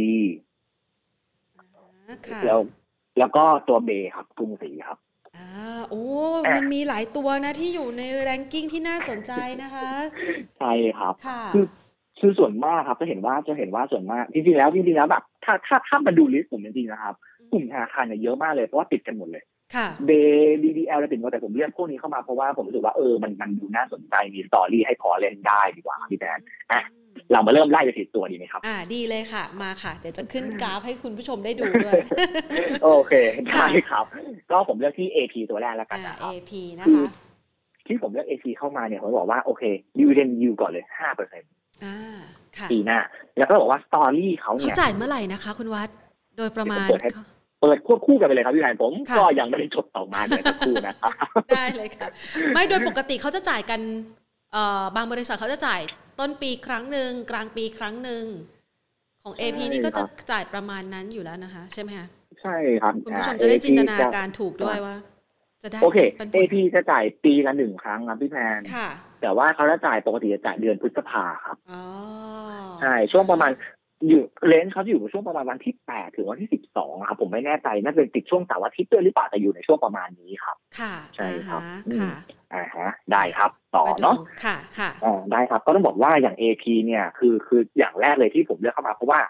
S1: ค่ะ
S2: แล้วแล้วก็ตัวเบครับกรุงศรีครับ
S1: อ่าโอ้มันมีหลายตัวนะที่อยู่ในแรงกิ้งที่น่าสนใจนะคะ
S2: ใช่ครับคือคือส่วนมากครับจะเห็นว่าจะเห็นว่าส่วนมากจริงๆแล้วจริงๆแล้วแบบถ้าถ้าถ้ามาดูลิสต์ผมจริงๆนะครับกลุ่มธนาคารเนี่ยเยอะมากเลยเพราะว่าติดกันหมดเลยเบย์ บี ดี แอล อะไรติดกันแต่ผมเลือกพวกนี้เข้ามาเพราะว่าผมรู้สึกว่าเออมันมันดูน่าสนใจมีสตอรี่ให้พอเล่นได้ดีกว่าพี่แดนอ่ะเรามาเริ่มไล่ไปทีตัวดีไหมครับ
S1: อ่าดีเลยค่ะมาค่ะเดี๋ยวจะขึ้นกราฟให้คุณผู้ชมได้ดูด้วย
S2: โอเคได้ครับก็ผมเลือกที่ เอ พี ตัวแรกแล้วกันนะครับ
S1: เอ พี นะคะ
S2: ที่ผมเลือก เอ พี เข้ามาเนี่ยผมบอกว่าโอเค dividend yield ก่อนเลย ห้าเปอร์เซ็นต์
S1: อ่าค่ะ
S2: ปีหน้าแล้วก็บอกว่าสตอรี่เขาเนี่ย
S1: เขาจ่ายเมื่อไหร่นะคะคุณวัดโดยประมาณ
S2: เปิดควบคู่กันไปเลยครับพี่แพนผมก็ยังไม่ได้จดออกมาเดี๋ยวสักครู่นะครับ
S1: ได้เลยค่ะไม่โดยปกติเขาจะจ่ายกันเอ่อบางบริษัทเขาจะจ่ายต้นปีครั้งนึงกลางปีครั้งนึงของ เอ พี นี่ก็จะจ่ายประมาณนั้นอยู่แล้วนะคะใช่ไหมคะ
S2: ใช่ครับ
S1: คุณผู้ชมจะได้จินตนาการถูกด้วยว่าจะได้
S2: โอเค เอ พี จะจ่ายปีละหนึ่งครั้งครับพี่แพนค่ะแต่ว่าเขาจะจ่ายปกติจะจ่ายเดือนพฤษภาครับอ๋อใช่ช่วงประมาณอยู่เลนส์เขาจะอยู่ช่วงประมาณวันที่แปดถึงวันที่สิบสองครับผมไม่แน่ใจน่าจะติดช่วงเสาร์อาทิตย์ด้วยหรือเปล่าแต่อยู่ในช่วงประมาณนี้ครับ
S1: ค่ะ
S2: ใช่ครับ
S1: ค่ะ
S2: อ่าฮะได้ครับต่อเนาะ
S1: ค่ะค่ะ
S2: อ่าได้ครับก็ต้องบอกว่าอย่าง เอ พี เนี่ยคือคืออย่างแรกเลยที่ผมเลือกเข้ามาเพราะว่า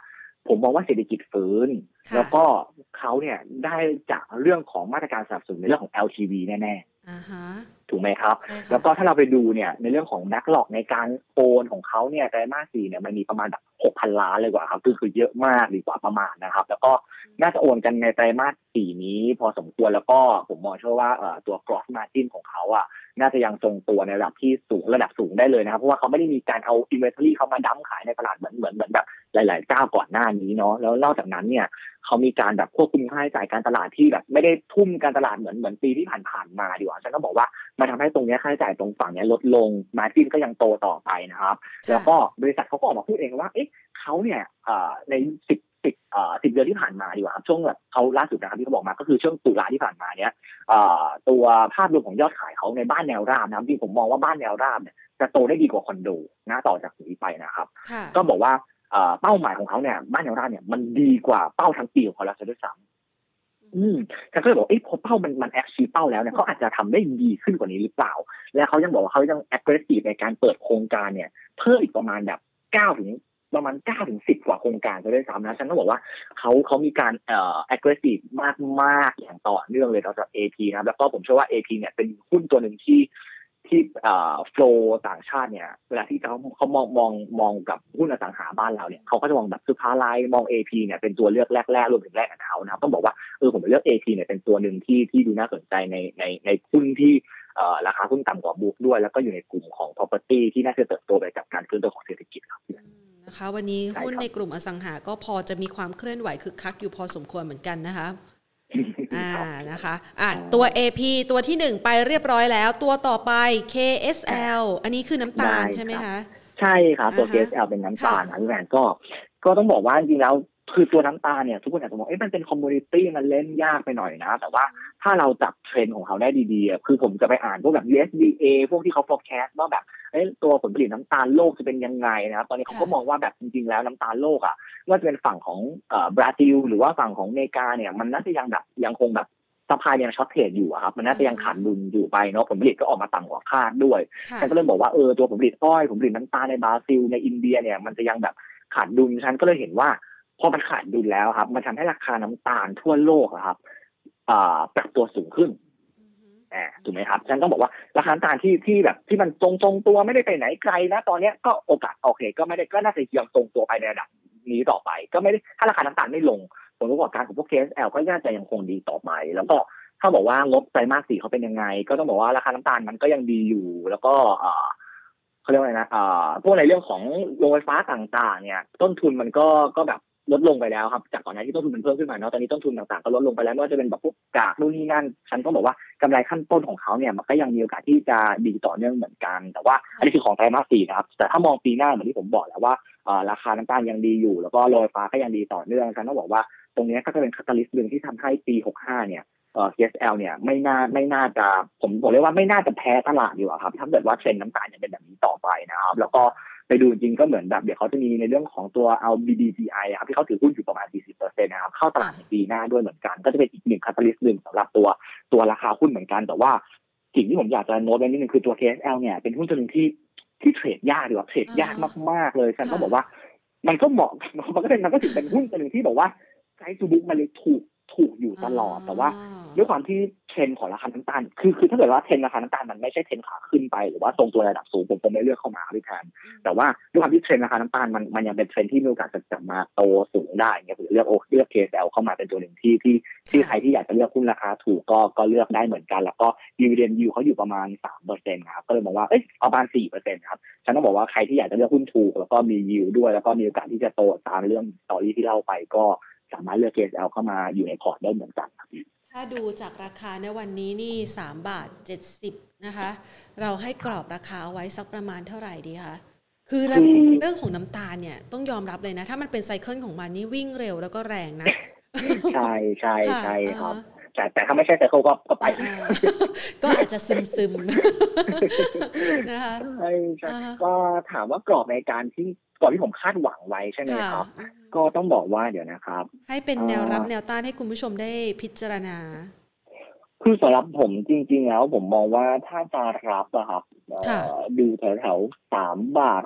S2: ผมมองว่าเศรษฐกิจฟื้นแล้วก็เขาเนี่ยได้จากเรื่องของมาตรการสนับสนุนในเรื่องของ แอล ที วี แน่ๆ
S1: อ่าฮะ
S2: ถูกไหมครับแล้วก็ถ้าเราไปดูเนี่ยในเรื่องของแบ็คล็อกในการโอนของเขาเนี่ยไตรมาสสี่เนี่ยมันมีประมาณแบบ หกพัน ล้านเลยกว่าครับคือคือเยอะมากดีกว่าประมาณนะครับแล้วก็น่าจะโอนกันในไตรมาสสี่นี้พอสมควรแล้วก็ผมมองเชื่อว่าเอ่อตัว gross margin ของเขาอ่ะน่าจะยังทรงตัวในระดับที่สูงระดับสูงได้เลยนะครับเพราะว่าเขาไม่ได้มีการเอา inventory เขามาดั้มขายในตลาดเหมือนเหมือนเหมือนแบบหลายๆเจ้าก่อนหน้านี้เนาะแล้วนอกจากนั้นเนี่ยเขามีการแบบควบคุมค่าใช้จ่ายการตลาดที่แบบไม่ได้ทุ่มการตลาดเหมือนเหมือนปีที่ผ่านๆมาดีกว่าฉันก็บอกว่ามันทำให้ตรงนี้ค่าใช้จ่ายตรงฝั่งนี้ลดลง margin ก็ยังโตต่อไปนะครับแล้วก็บริษัทเขาก็ออกมาพูดเองว่าเอ๊ะเขาเนี่ยในสิบสิบเอ่อสิบเดือนที่ผ่านมาดีกว่าครับช่วงแบบเขาล่าสุดนะครับที่เขาบอกมาก็คือช่วงตุลาที่ผ่านมาเนี้ยตัวภาพรวมของยอดขายเขาในบ้านแนวราบนะครับที่ผมมองว่าบ้านแนวราบเนี่ยจะโตได้ดีกว่าคอนโดนะต่อจากนี้ไปนะครับก็บอกว่าเป้าหมายของเขาเนี่ยบ้านแนวราบเนี่ยมันดีกว่าเป้าทั้งปีของเขาแล้วซะด้วยซ้ำอืมแต่ก็เลยบอกเอ๊ะพอเป้ามันมันแอคชีพเป้าแล้วเนี่ยเขาอาจจะทำได้ดีขึ้นกว่านี้หรือเปล่าและเขายังบอกว่าเขายัง aggressive ในการเปิดโครงการเนี่ยเพิ่มอีกประมาณแบบเก้าถึงประมาณเก้าถึงสิบกว่าโครงการจะได้ซ้ำนะฉันต้องบอกว่าเขาเขามีการเอ่อ aggressive มากๆอย่างต่อเนื่องเลยต่อจาก เอ พี นะครับแล้วก็ผมเชื่อว่า เอ พี เนี่ยเป็นหุ้นตัวหนึ่งที่ที่เอ่อ flow ต่างชาติเนี่ยเวลาที่เขาเขามองมองมองกับหุ้นอสังหาบ้านเราเนี่ยเขาก็จะมองแบบสุภาลัยมอง เอ พี เนี่ยเป็นตัวเลือกแรกๆรวมถึงแรกกับเขานะครับต้องบอกว่าเออผมเลือก เอ พี เนี่ยเป็นตัวหนึ่งที่ที่ดูน่าสนใจในในในหุ้นที่เอ่อราคาหุ้นต่ำกว่าบุ๊กด้วยแล้วก็อยู่ในกลุ่มของ property ที่น่าจะเติบโตไปกับการฟื้นตัวของเศรษฐกิจครับ
S1: นะคะวันนี้หุ้นในกลุ่มอสังหาก็พอจะมีความเคลื่อนไหวคึกคักอยู่พอสมควรเหมือนกันนะคะอ่านะคะอ่ะตัว เอ พี ตัวที่หนึ่งไปเรียบร้อยแล้วตัวต่อไป เค เอส แอล อันนี้คือน้ำตาลใช่ไหมคะ
S2: ใช่ครับตัว เค เอส แอล เป็นน้ำตาลนะพี่แมนก็ก็ต้องบอกว่าจริงๆแล้วคือตัวน้ำตาลเนี่ยทุกคนอาจจะมองเอ๊ะมันเป็นคอมมูนิตี้มันเล่นยากไปหน่อยนะแต่ว่าถ้าเราจับเทรนด์ของเขาได้ดีๆคือผมจะไปอ่านพวกแบบ ยู เอส ดี เอ พวกที่เขา forecast ว่าแบบเอ๊ะตัวผลผลิตน้ำตาลโลกจะเป็นยังไงนะครับตอนนี้เขาก็มองว่าแบบจริงๆแล้วน้ำตาลโลกอ่ะว่าจะเป็นฝั่งของเอ่อบราซิลหรือว่าฝั่งของอเมริกาเนี่ยมันน่าจะยังแบบยังคงแบบซัพพลายยังช็อตเทรดอยู่ครับมันน่าจะยังขาดดุลอยู่ไปเนาะผลผลิตก็ออกมาต่ำกว่าคาดด้วยฉันก็เลยบอกว่าเออตัวผลผลิตอ้อยผลผลิตน้ำตาลในบราซิลในอินเดียเนี่ยมันจะยังแบบขาดดุลฉันก็เลยเห็นว่าพอมันขาดดุลแล้วครับมันทำให้ราคาน้ำตาลทั่วโลกครับปรับตัวสูงขึ้นอ่าถูกไหมครับฉันต้องบอกว่าราคาน้ำตาลที่ที่แบบที่มันทรงทรงตัวไม่ได้ไปไหนไกลนะตอนนี้ก็โอกาสโอเคก็ไม่ได้ก็น่าจะยังทรงตัวไปในระดับนี้ต่อไปก็ไม่ได้ถ้าราคาน้ำตาลไม่ลงผลประกอบการของพวก เค เอส แอล ก็น่าจะยังคงดีต่อไปแล้วก็ถ้าบอกว่างบไตรมาสสี่เขาเป็นยังไงก็ต้องบอกว่าราคาน้ำตาลมันก็ยังดีอยู่แล้วก็เขาเรียกว่าไงนะพวกในเรื่องของโรงไฟฟ้าต่างๆเนี่ยต้นทุนมันก็ก็แบบลดลงไปแล้วครับจากก่อนหน้าที่ต้นทุนมันเพิ่มขึ้นมาเนาะตอนนี้ต้นทุนต่างๆก็ลดลงไปแล้วไม่ว่าจะเป็นแบบพวกกากนู่นนี่นั่นฉันต้องบอกว่ากำไรขั้นต้นของเขาเนี่ยมันก็ยังมีโอกาสที่จะดีต่อเนื่องเหมือนกันแต่ว่าอันนี้คือของไตรมาสสี่นะครับแต่ถ้ามองปีหน้าเหมือนที่ผมบอกแล้วว่าราคาน้ำตาลยังดีอยู่แล้วก็โรงไฟฟ้าก็ยังดีต่อเนื่องฉันต้องบอกว่าตรงนี้ก็จะเป็นคาตาลิสต์หนึ่งที่ทำให้ปีหกสิบห้าเนี่ยเอ่อ เค เอส แอล เนี่ยไม่น่าไม่น่าจะผมบอกเลยว่าไม่น่าจะแพ้ตลาดอยู่ครับถ้าเกิดว่าเทรนด์น้ำตาลยังเป็นแบบนี้ต่อไปนะครับแล้วก็ไปดูจริงก็เหมือนแบบเดี๋ยวเขาจะมีในเรื่องของตัวเอา บี ดี ที ไอ ครับที่เขาถือหุ้นอยู่ประมาณ สี่สิบเปอร์เซ็นต์ นะครับเข้าตลาดในปีหน้าด้วยเหมือนกันก็จะเป็นอีกหนึ่งคาตาลิสต์หนึ่งสำหรับตัวตัวราคาหุ้นเหมือนกันแต่ว่าสิ่งที่ผมอยากจะโน้ตไว้นิดนึงคือตัว เค เอส แอล เนี่ยเป็นหุ้นตัวนึงที่ที่เทรดยากดีกว่าเทรดยากมากๆเลยฉันต้องบอกว่ามันก็เหมาะมันก็เป็นมันก็ถือเป็นหุ้นตัวนึงที่บอกว่าไซส์ซูบุ๊กมันเลยถูกถูกอยู่ตลอดแต่ว่าด้วยความที่เทรนด์ของราคาน้ำตาลคือคือถ้าเกิดว่าเทรนด์ราคาน้ำตาลมันไม่ใช่เทรนด์ขาขึ้นไปหรือว่าตรงตัวระดับสูงผมผมไม่เลือกเข้ามาพี่แทนแต่ว่าด้วยความที่เทรนด์ราคาน้ำตาลมันมันยังเป็นเทรนด์ที่มีโอกาสจะกลับมาโตสูงได้เงี้ยผมเลือกโอเลือก เค เอส แอล เข้ามาเป็นตัวหนึ่งที่ที่ที่ใครที่อยากจะเลือกหุ้นราคาถูกก็ก็เลือกได้เหมือนกันแล้วก็ dividend yield เขาอยู่ประมาณ สามเปอร์เซ็นต์ ครับก็เลยบอกว่าเอ้ยเอาประมาณ สี่เปอร์เซ็นต์ ครับฉันต้องบอกว่าใครที่อยากจะเลือกหุ้นถูกแล้วก็มี yield ด้วยแล้วก็มีโอกาสที่จะโตตามเรื่องสตอรี่ที่เล่าไปก็สามารถเลือก เค เอส แอล เข้ามาอยู่ในพอร์ตได้เหมือนกันครับ
S1: ถ้าดูจากราคาในวันนี้นี่สามบาทเจ็ดสิบนะคะเราให้กรอบราคาไว้สักประมาณเท่าไหร่ดีคะคือเรื่องของน้ำตาลเนี่ยต้องยอมรับเลยนะถ้ามันเป็นไซเคิลของมันนี่วิ่งเร็วแล้วก็แรงนะ
S2: ใช่ใช่ใช่ครับแต่แต่ถ้าไม่ใช่ไซเคิลก็ก็ไป
S1: ก็อาจจะซึมซึมนะคะ
S2: ใช่ใช่ก็ถามว่ากรอบในการที่ก่อนที่ผมคาดหวังไว้ใช่ไหมครับก็ต้องบอกว่าเดี๋ยวนะครับ
S1: ให้เป็นแนวรับแนวต้านให้คุณผู้ชมได้พิจารณา
S2: คือสำหรับผมจริงๆแล้วผมมองว่าถ้าจะรับอะครับดูแถวๆสามบาทหก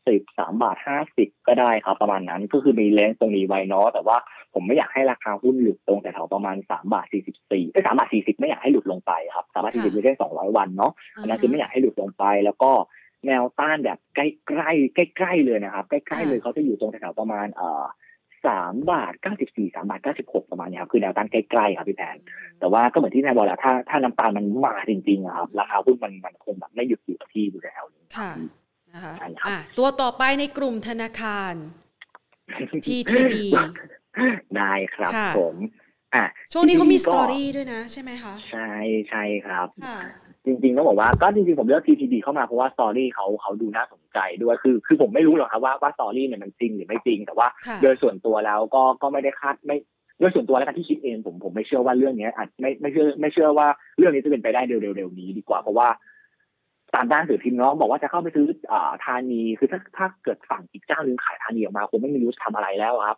S2: สิบ สามบาทห้าสิบก็ได้ครับประมาณนั้นก็คือมีเลนส์ตรงนี้ไว้เนาะแต่ว่าผมไม่อยากให้ราคาหุ้นหลุดตรงแต่แถวประมาณสามบาทสี่สิบสี่เอ้ยสามบาทสี่สิบไม่อยากให้หลุดลงไปครับสามบาทสี่สิบคือเส้นสองร้อยวันเนาะอันนั้นคือไม่อยากให้หลุดลงไปแล้วก็แนวต้านแบบใกล้ๆใกล้ๆเลยนะครับใกล้ๆเลยเขาจะอยู่ตรงแถวประมาณเอ่อสามบาทเก้าสิบสี่ สามบาทเก้าสิบหกประมาณนี้ครับคือแนวต้านใกล้ๆครับพี่แพนแต่ว่าก็เหมือนที่นายบอกแหละถ้าถ้าน้ำตาลมันมาจริงๆครับราคาหุ้นมันมันคงแบบไม่หยุดอยู่กับที่อยู่แล้ว
S1: ค่ะนะคะอ่ะตัวต่อไปในกลุ่มธนาคาร ที ที บี
S2: ได้ครับผมอ่ะ
S1: ช่วงนี้เขามีสตอรี่ด้วยนะใช่ไหมคะ
S2: ใช่ใช่ครับจริงๆต้องบอกว่าก็จริงๆผมเลือก ที ที บี เข้ามาเพราะว่าสตอรี่เขาเขาดูน่าสนใจด้วยคือคือผมไม่รู้หรอกครับว่าว่าสตอรี่เนี่ยมันจริงหรือไม่จริงแต่ว่าโดยส่วนตัวแล้วก็ก็ไม่ได้คาดไม่โดยส่วนตัวแล้วกันที่คิดเองผมผมไม่เชื่อว่าเรื่องนี้อาจไม่ไม่เชื่อไม่เชื่อว่าเรื่องนี้จะเป็นไปได้เร็วๆนี้ดีกว่าเพราะว่าตามด้านสื่อพิมพ์น้องบอกว่าจะเข้าไปซื้ออ่าธานีคือถ้าถ้าเกิดฝั่งอีกเจ้านึงขายธานีออกมาคงไม่รู้จะทำอะไรแล้วครับ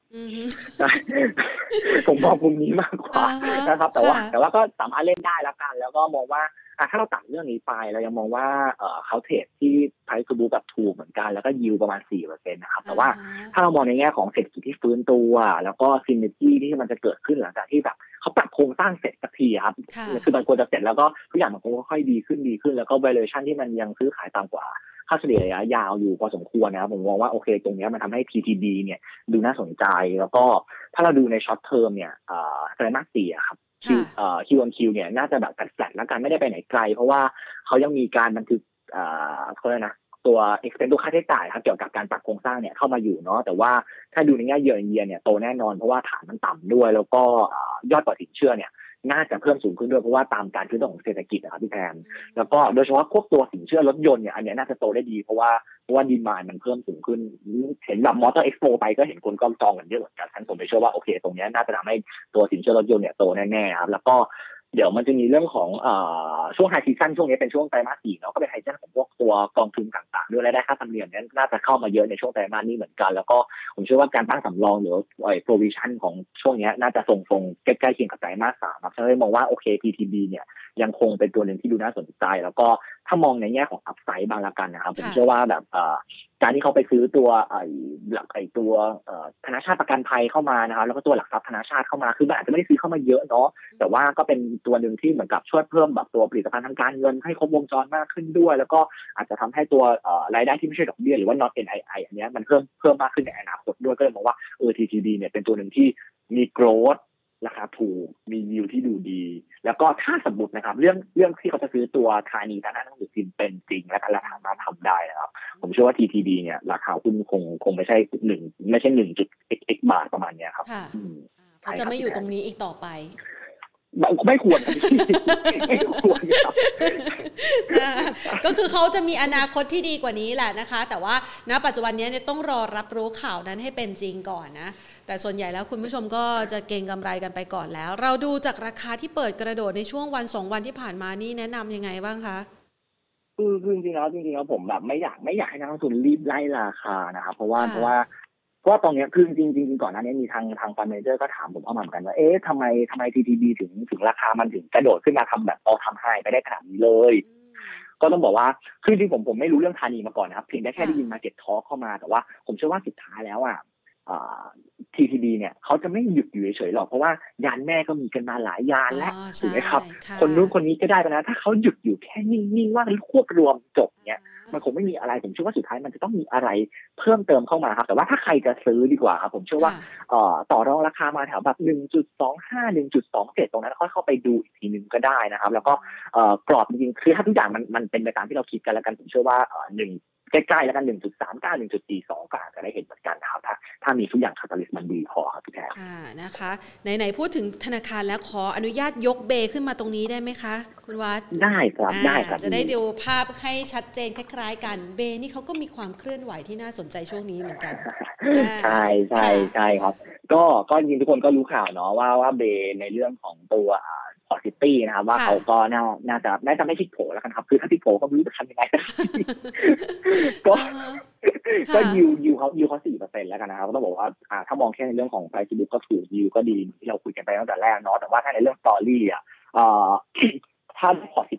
S2: ผมมองมุมนี้มากกว่านะครับแต่ว่าแต่ว่าก็สามารถเล่นได้แล้วกันแล้วก็มองว่าถ้าเราตัดเรื่องนี้ไปเรายังมองว่าเขาเทรดที่ price to book แบบถูกเหมือนกันแล้วก็ yield ประมาณ สี่เปอร์เซ็นต์ นะครับแต่ว่าถ้าเรามองในแง่ของเศรษฐกิจที่ฟื้นตัวแล้วก็ synergy ที่มันจะเกิดขึ้นหลังจากที่แบบเขาปรับโครงสร้างเสร็จสักทีครับคือมันควรจะเสร็จแล้วก็ทุกอย่างมันคงค่อยๆดีขึ้นดีขึ้นแล้วก็ valuation ที่มันยังซื้อขายต่ำกว่าค่าเฉลี่ยระยะยาวอยู่พอสมควรนะครับผมมองว่าโอเคตรงนี้มันทำให้ ที ที บี เนี่ยดูน่าสนใจแล้วก็ถ้าเราดูใน short term เนี่ยไตรมาสสี่ครับคิวเอ่อ คิว ออน คิว เนี่ยน่าจะแบบแฟลตๆแล้วกันไม่ได้ไปไหนไกลเพราะว่าเขายังมีการบันทึกเอ่อเขาเรียกนะตัว expense ตัวค่าใช้จ่ายครับเกี่ยวกับการปรับโครงสร้างเนี่ยเข้ามาอยู่เนาะแต่ว่าถ้าดูในแง่ year on year เนี่ยโตแน่นอนเพราะว่าฐานมันต่ำด้วยแล้วก็ยอดปล่อยสินเชื่อเนี่ยน่าจะเพิ่มสูงขึ้นด้วยเพราะว่าตามการฟื้นตัวของเศรษฐกิจนะครับพี่แพนแล้วก็โดยเฉพาะพวกตัวสินเชื่อรถยนต์เนี่ยอันนี้น่าจะโตได้ดีเพราะว่าเพราะว่าดีมานด์มันเพิ่มสูงขึ้นเห็นแบบมอเตอร์เอ็กซ์โปไปก็เห็นคนก็จองกันเยอะเหมือนกันฉันผมไปเชื่อว่าโอเคตรงนี้น่าจะทำให้ตัวสินเชื่อรถยนต์เนี่ยโตแน่ๆครับแล้วก็เดี๋ยวมันจะมีเรื่องของเอ่อช่วงไฮซีซั่นช่วงนี้เป็นช่วงไตรมาสสี่เนาะก็เป็นไฮซีซั่นของพวกตัวกองทุนต่างๆด้วยและได้ค่าธรรมเนียมนั้นน่าจะเข้ามาเยอะในช่วงไตรมาสนี้เหมือนกันแล้วก็ผมเชื่อว่าการตั้งสำรองหรือไอ้ provision ของช่วงนี้น่าจะทรงๆใกล้ๆเคียงกับไตรมาสสามครับฉะนั้นมองว่าโอเค ที ที บี เนี่ยยังคงเป็นตัวหนึ่งที่ดูน่าสนใจแล้วก็ถ้ามองในแง่ของอัพไซด์บางละกันนะครับผมเชื่อว่าแบบเอ่อการที่เขาไปซื้อตัวไอ้หลักไอ้ตัวเอ่อธนาคารประกันภัยเข้ามานะครับแล้วก็ตัวหลักทรัพย์ธนาคารเข้ามาคือมันอาจจะไม่ได้ซื้อเข้ามาเยอะเนาะแต่ว่าก็เป็นตัวนึงที่เหมือนกับช่วยเพิ่มแบบตัวผลิตภัณฑ์ทางการเงินให้ครบวงจรมากขึ้นด้วยแล้วก็อาจจะทำให้ตัวเอ่อรายได้ที่ไม่ใช่ดอกเบี้ยหรือว่า not เอ็น ไอ ไอ อันนี้มันเพิ่มเพิ่มมากขึ้นในอนาคตด้วยก็เลยมองว่าเออ ที ที บี เนี่ยเป็นตัวนึงที่มี growthราคาถูกมียิวที่ดูดีแล้วก็ถ้าสมมตินะครับเรื่องเรื่องที่เขาจะซื้อตัวธานีด้านหน้าหนังสือพิมพ์เป็นจริงและการสามารถทำได้นะครับผมเชื่อว่า ที ที บี เนี่ยราคาหุ้นคงคงไม่ใช่หนึ่งไม่ใช่หนึ่งจุด x บาทประมาณนี้ครับ
S1: เขาจะไม่อยู่ตรงนี้อีกต่อไป
S2: ไม่ควรไม่ควรครับ
S1: ก็คือเขาจะมีอนาคตที่ดีกว่านี้แหละนะคะแต่ว่าณปัจจุบันนี้เนี่ยต้องรอรับรู้ข่าวนั้นให้เป็นจริงก่อนนะแต่ส่วนใหญ่แล้วคุณผู้ชมก็จะเก็งกำไรกันไปก่อนแล้วเราดูจากราคาที่เปิดกระโดดในช่วงวันสองวันที่ผ่านมานี่แนะนำยังไงบ้างคะ
S2: คือจริงๆแล้วจริงๆแล้วผมแบบไม่อยากไม่อยากให้นักลงทุนรีบไล่ราคานะครับเพราะว่าเพราะว่าเพราะตรงนี้คือจริงๆจริงๆก่อนหน้านี้มีทางทางฟันเมเจอร์ก็ถามผมเอามาเหมือนกันว่าเอ๊ะทำไมทำไม ที ที บี ถึงถึงราคามันถึงกระโดดขึ้นมาทำแบบเอาทำให้ไปได้ขนาดนี้เลยก็ต้องบอกว่าคือจริงๆผมผมไม่รู้เรื่องธานีมาก่อนนะครับเพียงได้แค่ได้ยินมาเก็ตทอล์คเข้ามาแต่ว่าผมเชื่อว่าสุดท้ายแล้วอ่ะที ที บี เนี่ยเขาจะไม่หยุดอยู่เฉยๆหรอกเพราะว่ายานแม่ก็มีกันมาหลายยานแล้วถูกไหมครับคนนู้นคนนี้ก็ได้ไปนะถ้าเขาหยุดอยู่แค่นิ่งๆว่าควบรวมจบเนี่ยมันคงไม่มีอะไรผมเชื่อว่าสุดท้ายมันจะต้องมีอะไรเพิ่มเติมเข้ามาครับแต่ว่าถ้าใครจะซื้อดีกว่าครับผมเชื่อว่าเอ่อต่อรองราคามาแถวแบบ หนึ่งจุดสองห้า หนึ่งจุดสองเจ็ด ตรงนั้นค่อยเข้าไปดูอีกทีนึงก็ได้นะครับแล้วก็เอ่อกรอบจริงๆคือถ้าทุกอย่างมันมันเป็นไปตามที่เราคิดกันแล้วกันผมเชื่อว่าเอ่อหนึ่งใกล้ๆแล้วกัน หนึ่งจุดสามเก้า หนึ่งจุดสี่สอง ก็อาจจะได้เห็นเหมือนกันนะครับถ้าถ้ามีทุกอย่างคาตาลิสต์มันดีพอครับพี่แพร
S1: อ่านะคะไหนๆพูดถึงธนาคารแล้วขออนุญาตยกเบขึ้นมาตรงนี้ได้ไหมคะคุณวัด
S2: ได้ครับได้ครับ
S1: จะได้ดูภาพให้ชัดเจนคล้ายๆกันเบนี่เขาก็มีความเคลื่อนไหวที่น่าสนใจช่วงนี้เหมือนกัน
S2: ใช่ใช่ใช่ครับก็ก็จริงทุกคนก็รู้ข่าวเนาะว่าว่าเบในเรื่องของตัวพอร์ตซิตี้นะครับว่าเขาก็น่าน่าจะน่าจะไม่พลิกโผแล้วกันครับคือถ้าพลิกโผก็ไม่รู้จะทำยังไงก็ก็ยิวยิวเขายิวเขา สี่เปอร์เซ็นต์ แล้วกันนะครับก็ต้องบอกว่าอ่าถ้ามองแค่ในเรื่องของ price to book ก็ถูกยิวก็ดีที่เราคุยกันไปตั้งแต่แรกเนาะแต่ว่าถ้าในเรื่อง story อ่ะเอ่อถ้าพอร์ตซิ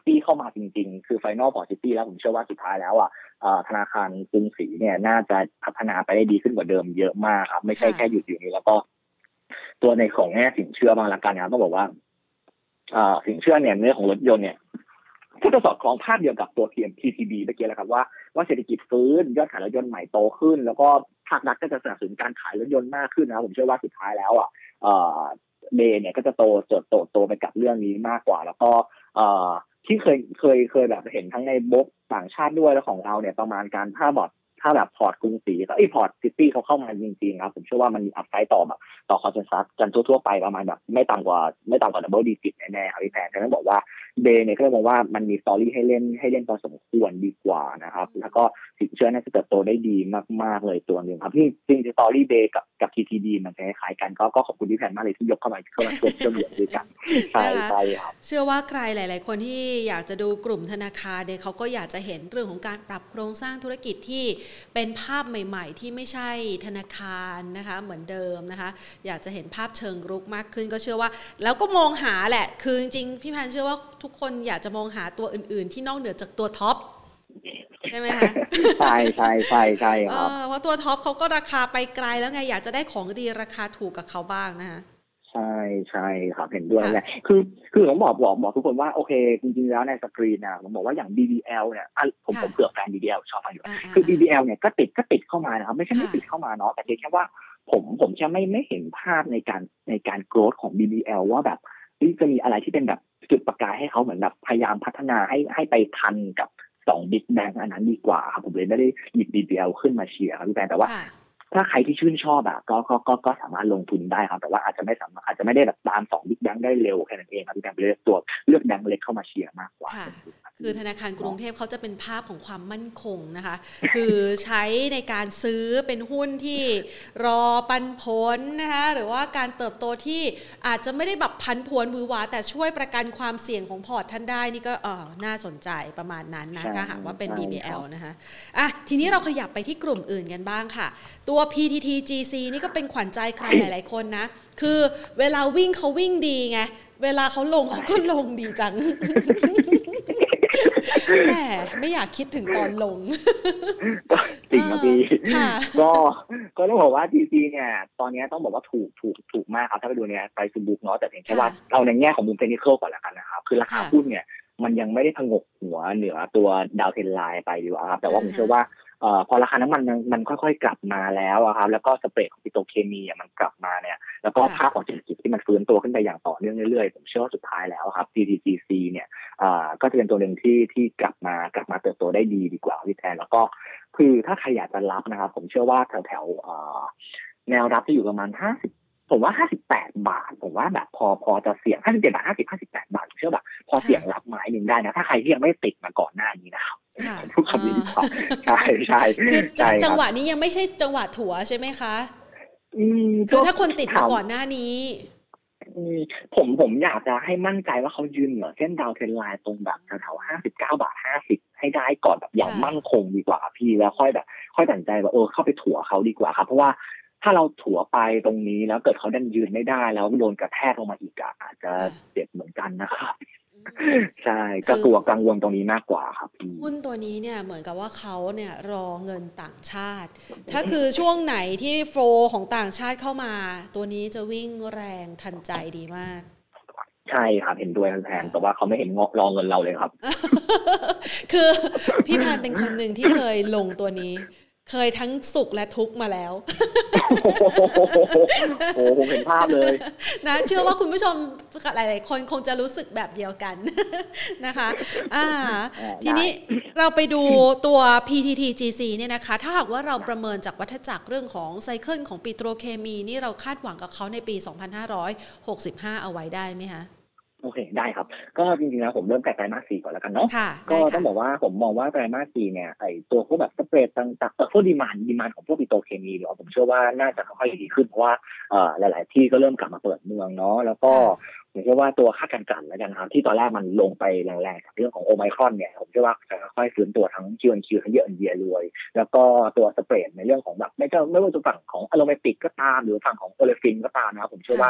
S2: City เข้ามาจริงๆคือ Final Port City แล้วผมเชื่อว่าสุดท้ายแล้วอ่ะธนาคารกรุงศรีเนี่ยน่าจะพัฒนาไปได้ดีขึ้นกว่าเดิมเยอะมากครับไม่ใช่แค่หยุดอยู่นี้แล้วก็ตัวในของแง่สินเชื่อบางละกันครับต้องบอกว่าสินเชื่อเนี่ยเรื่องของรถยนต์เนี่ยก็จะสอดคล้องภาพเดียวกับตัว ที ที บี เมื่อกี้แหละครับว่าว่าเศรษฐกิจฟื้นยอดขายรถยนต์ใหม่โตขึ้นแล้วก็ภาครัฐก็จะสนับสนุนการขายรถยนต์มากขึ้นนะผมเชื่อว่าสุดท้ายแล้วอ่ะเดย์เนี่ยก็จะโตโตโตโตไปกับเรื่องนี้มากกว่าแล้วก็ที่เคยเคยเคยแบบเห็นทั้งในบล็อกต่างชาติด้วยแล้วของเราเนี่ยประมาณการถ้าบอร์ดถ้าแบบพอร์ตกรุงศรีก็ไอ้พอร์ตซิตี้เขาเข้ามาจริงๆครับผมเชื่อว่ามันมีอัพไซด์ต่อแบบต่อคอนเซนซัสกันทั่วๆไปประมาณแบบไม่ต่ำกว่าไม่ต่ำกว่าดับเบิลดิจิตแน่ๆครับพี่แพนฉะนั้นบอกว่าเดย์เนี่ยก็เลยมองว่ามันมีสตอรี่ให้เล่นให้เล่นพอสมควรดีกว่านะครับแล้วก็สินเชื่อน่าจะเติบโตได้ดีมากๆเลยตัวนึงครับที่จริงๆสตอรี่เดย์กับกับ ที ที บี มันคล้ายๆกันก็ก็ขอบคุณพี่แพนมากเลยที่ยกเข้ามาเข้ามาช่วยเชื่อมโยงด้วยกันใช่ใช่ครับ
S1: เชื่อว่าใครหลายๆคนที่อยากจะดูกลุ่มธนาคารเนี่ยเขาก็อยากจะเห็นเรื่องของการปรับโครงสร้างธุรกิจที่เป็นภาพใหม่ๆที่ไม่ใช่ธนาคารนะคะเหมือนเดิมนะคะอยากจะเห็นภาพเชิงรุกมากขึ้นก็เชื่อว่าแล้วก็มองหาแหละคือจริงๆพี่แพนเชื่อว่าทุกคนอยากจะมองหาตัวอื่นๆที่นอกเหนือจากตัวท็อปใช่ไหมคะ
S2: ใช่ใช่ใช่ใช่ครับ
S1: เพราะตัวท็อปเขาก็ราคาไปไกลแล้วไงอยากจะได้ของดีราคาถูกกับเขาบ้างนะคะ
S2: ใช่ใช่ครับเห็นด้วยแหละคือคือผมบอกบอกบอกทุกคนว่าโอเคจริงๆแล้วในสกรีนนะผมบอกว่าอย่าง บี บี แอล เนี่ยผมผมเผื่อแฟน บี บี แอล ชอบฟังอยู่คือ บี บี แอล เนี่ยก็ติดก็ติดเข้ามานะครับไม่ใช่ไม่ติดเข้ามาเนาะแต่เพียงแค่ว่าผมผมแค่ไม่ไม่เห็นภาพในการในการโกรธของ บี บี แอล ว่าแบบจะมีอะไรที่เป็นแบบจุดประกายให้เขาเหมือนแบบพยายามพัฒนาให้ให้ไปทันกับสองบิ๊กแบงค์อันนั้นดีกว่าครับผมเลยไม่ได้หยิบ บี บี แอล ขึ้นมาเชียร์ครับพี่แฟนแต่ว่าถ้าใครที่ชื่นชอบอ่ะก็ก็ก็ก็สามารถลงทุนได้ครับแต่ว่าอาจจะไม่สามารถอาจจะไม่ได้แบบตามสองบิ๊กแบงค์ได้เร็วแค่นั้นเองครับพี่แฟนเลือกตัวเลือกแบงค์เล็กเข้ามาเชียร์มากกว่า
S1: คือธนาคารกรุงเทพเขาจะเป็นภาพของความมั่นคงนะคะคือใช้ในการซื้อเป็นหุ้นที่รอปันผลนะคะหรือว่าการเติบโตที่อาจจะไม่ได้แบบพันผวนหวือหวาแต่ช่วยประกันความเสี่ยงของพอร์ตท่านได้นี่ก็เออน่าสนใจประมาณนั้นนะคะหากว่าเป็น บี บี แอล นะคะอ่ะทีนี้เราขยับไปที่กลุ่มอื่นกันบ้างค่ะตัว พี ที ที จี ซี นี่ก็เป็นขวัญใจใครหลายๆคนนะคือเวลาวิ่งเขาวิ่งดีไงเวลาเขาลงเขาก็ลงดีจังแหมไม่อยากคิดถึงตอนลง
S2: จริงครับพี่ก็ก็ต้องบอกว่า ที ซี เนี่ยตอนนี้ต้องบอกว่าถูกถูกถูกมากครับถ้าไปดูเนี่ยไปซูบุ๊กเนาะแต่เพียงแค่ว่าเอาในแง่ของมุมเทคนิคก่อนละกันนะครับคือราคาหุ้นเนี่ยมันยังไม่ได้ผงกหัวเหนือตัวดาวเทรนไลน์ไปดีกว่าครับแต่ว่าผมเชื่อว่าเอ่อพอราคาน้ำมันมันค่อยๆกลับมาแล้วครับแล้วก็สเปรดของปิโตรเคมีมันกลับมาเนี่ยแล้วก็ภาพของเศรษฐกิจที่มันฟื้นตัวขึ้นไปอย่างต่อเนื่องเรื่อยๆผมเชื่อว่าสุดท้ายแล้วครับ ที ที จี ซี เนี่ยอ่าก็จะเป็นตัวหนึ่งที่ที่กลับมากลับมาเติบโตได้ดีดีกว่าพี่แทนแล้วก็คือถ้าใครอยากจะรับนะครับผมเชื่อว่าแถวๆอ่าแนวรับจะอยู่ประมาณห้าสิบผมว่าห้าสิบแปดบาทผมว่าแบบพอพอจะเสี่ยงห้าสิบเจ็ดบาทห้าสิบ ห้าสิบแปดบาทผมเชื่อแบบพอเสี่ยงรับไม้นึงได้นะถ้าใครที่ยังไม่ติดมาก่อนหน้านี้นะครับพูดคำนี้ดีกว่าใช่ใช่
S1: คือจังหวะนี้ยังไม่ใช่จังหวะถัวใช่ไหมคะคือถ้าคนติดมาก่อนหน้านี้
S2: ผมผมอยากจะให้มั่นใจว่าเขายืนเหนือเส้นดาวเทรนไลน์ตรงแบบแถวๆห้าสิบเก้าบาทห้าสิบให้ได้ก่อนแบบอย่างมั่นคงดีกว่าพี่แล้วค่อยแบบค่อยตัดใจว่าเออเข้าไปถัวเขาดีกว่าครับเพราะว่าถ้าเราถัวไปตรงนี้แล้วเกิดเขาดันยืนไม่ได้แล้วโดนกระแทกลงมาอีกอาจจะเจ็บเหมือนกันนะครับใช่ก็กลัวกังวลตรงนี้มากกว่าครับ
S1: หุ้นตัวนี้เนี่ยเหมือนกับว่าเขาเนี่ยรอเงินต่างชาติถ้าคือช่วงไหนที่โฟลของต่างชาติเข้ามาตัวนี้จะวิ่งแรงทันใจดีมาก
S2: ใช่ครับเห็นด้วยแทนแต่ว่าเขาไม่เห็นงอกรอเงินเราเลยครับ
S1: คือพี่แพนเป็นคนหนึ่งที่เคยลงตัวนี้เคยทั้งสุขและทุกข์มาแล้ว
S2: โอ้ผมเห็นภาพเลย
S1: นะเชื่อว่าคุณผู้ชมหลายๆคนคงจะรู้สึกแบบเดียวกันนะคะอ่าทีนี้เราไปดูตัว พี ที ที จี ซี เนี่ยนะคะถ้าหากว่าเราประเมินจากวัฏจักรเรื่องของไซเคิลของปิโตรเคมีนี่เราคาดหวังกับเขาในปีสองพันห้าร้อยหกสิบห้าเอาไว้ได้ไหมคะ
S2: โอเคได้ครับก็จริงๆแล้วผมเริ่มจากไตรมาสสี่ก่อนแล้วกันเนาะก็ต้องบอกว่าผมมองว่าไตรมาสสี่เนี่ยไอตัวพวกแบบสเปรดต่างๆพวกดีมานด์ดีมานด์ของพวกปิโตรเคมีเดี๋ยวผมเชื่อว่าน่าจะค่อยๆดีขึ้นเพราะว่าเอ่อหลายๆที่ก็เริ่มกลับมาเปิดเมืองเนาะแล้วก็ผมเชื่อว่าตัวค่าการกลั่นแล้วกันครับที่ตอนแรกมันลงไปแรงๆจากเรื่องของโอไมครอนเนี่ยผมเชื่อว่าจะค่อยๆฟื้นตัวทั้ง คิว ออน คิว ทั้ง Year on Year รวยแล้วก็ตัวสเปรดในเรื่องของแบบไม่ก็ไม่ว่าจะฝั่งของอะโรมาติกก็ตามหรือฝั่งของโอเลฟินก็ตามนะครับผมเชื่อว่า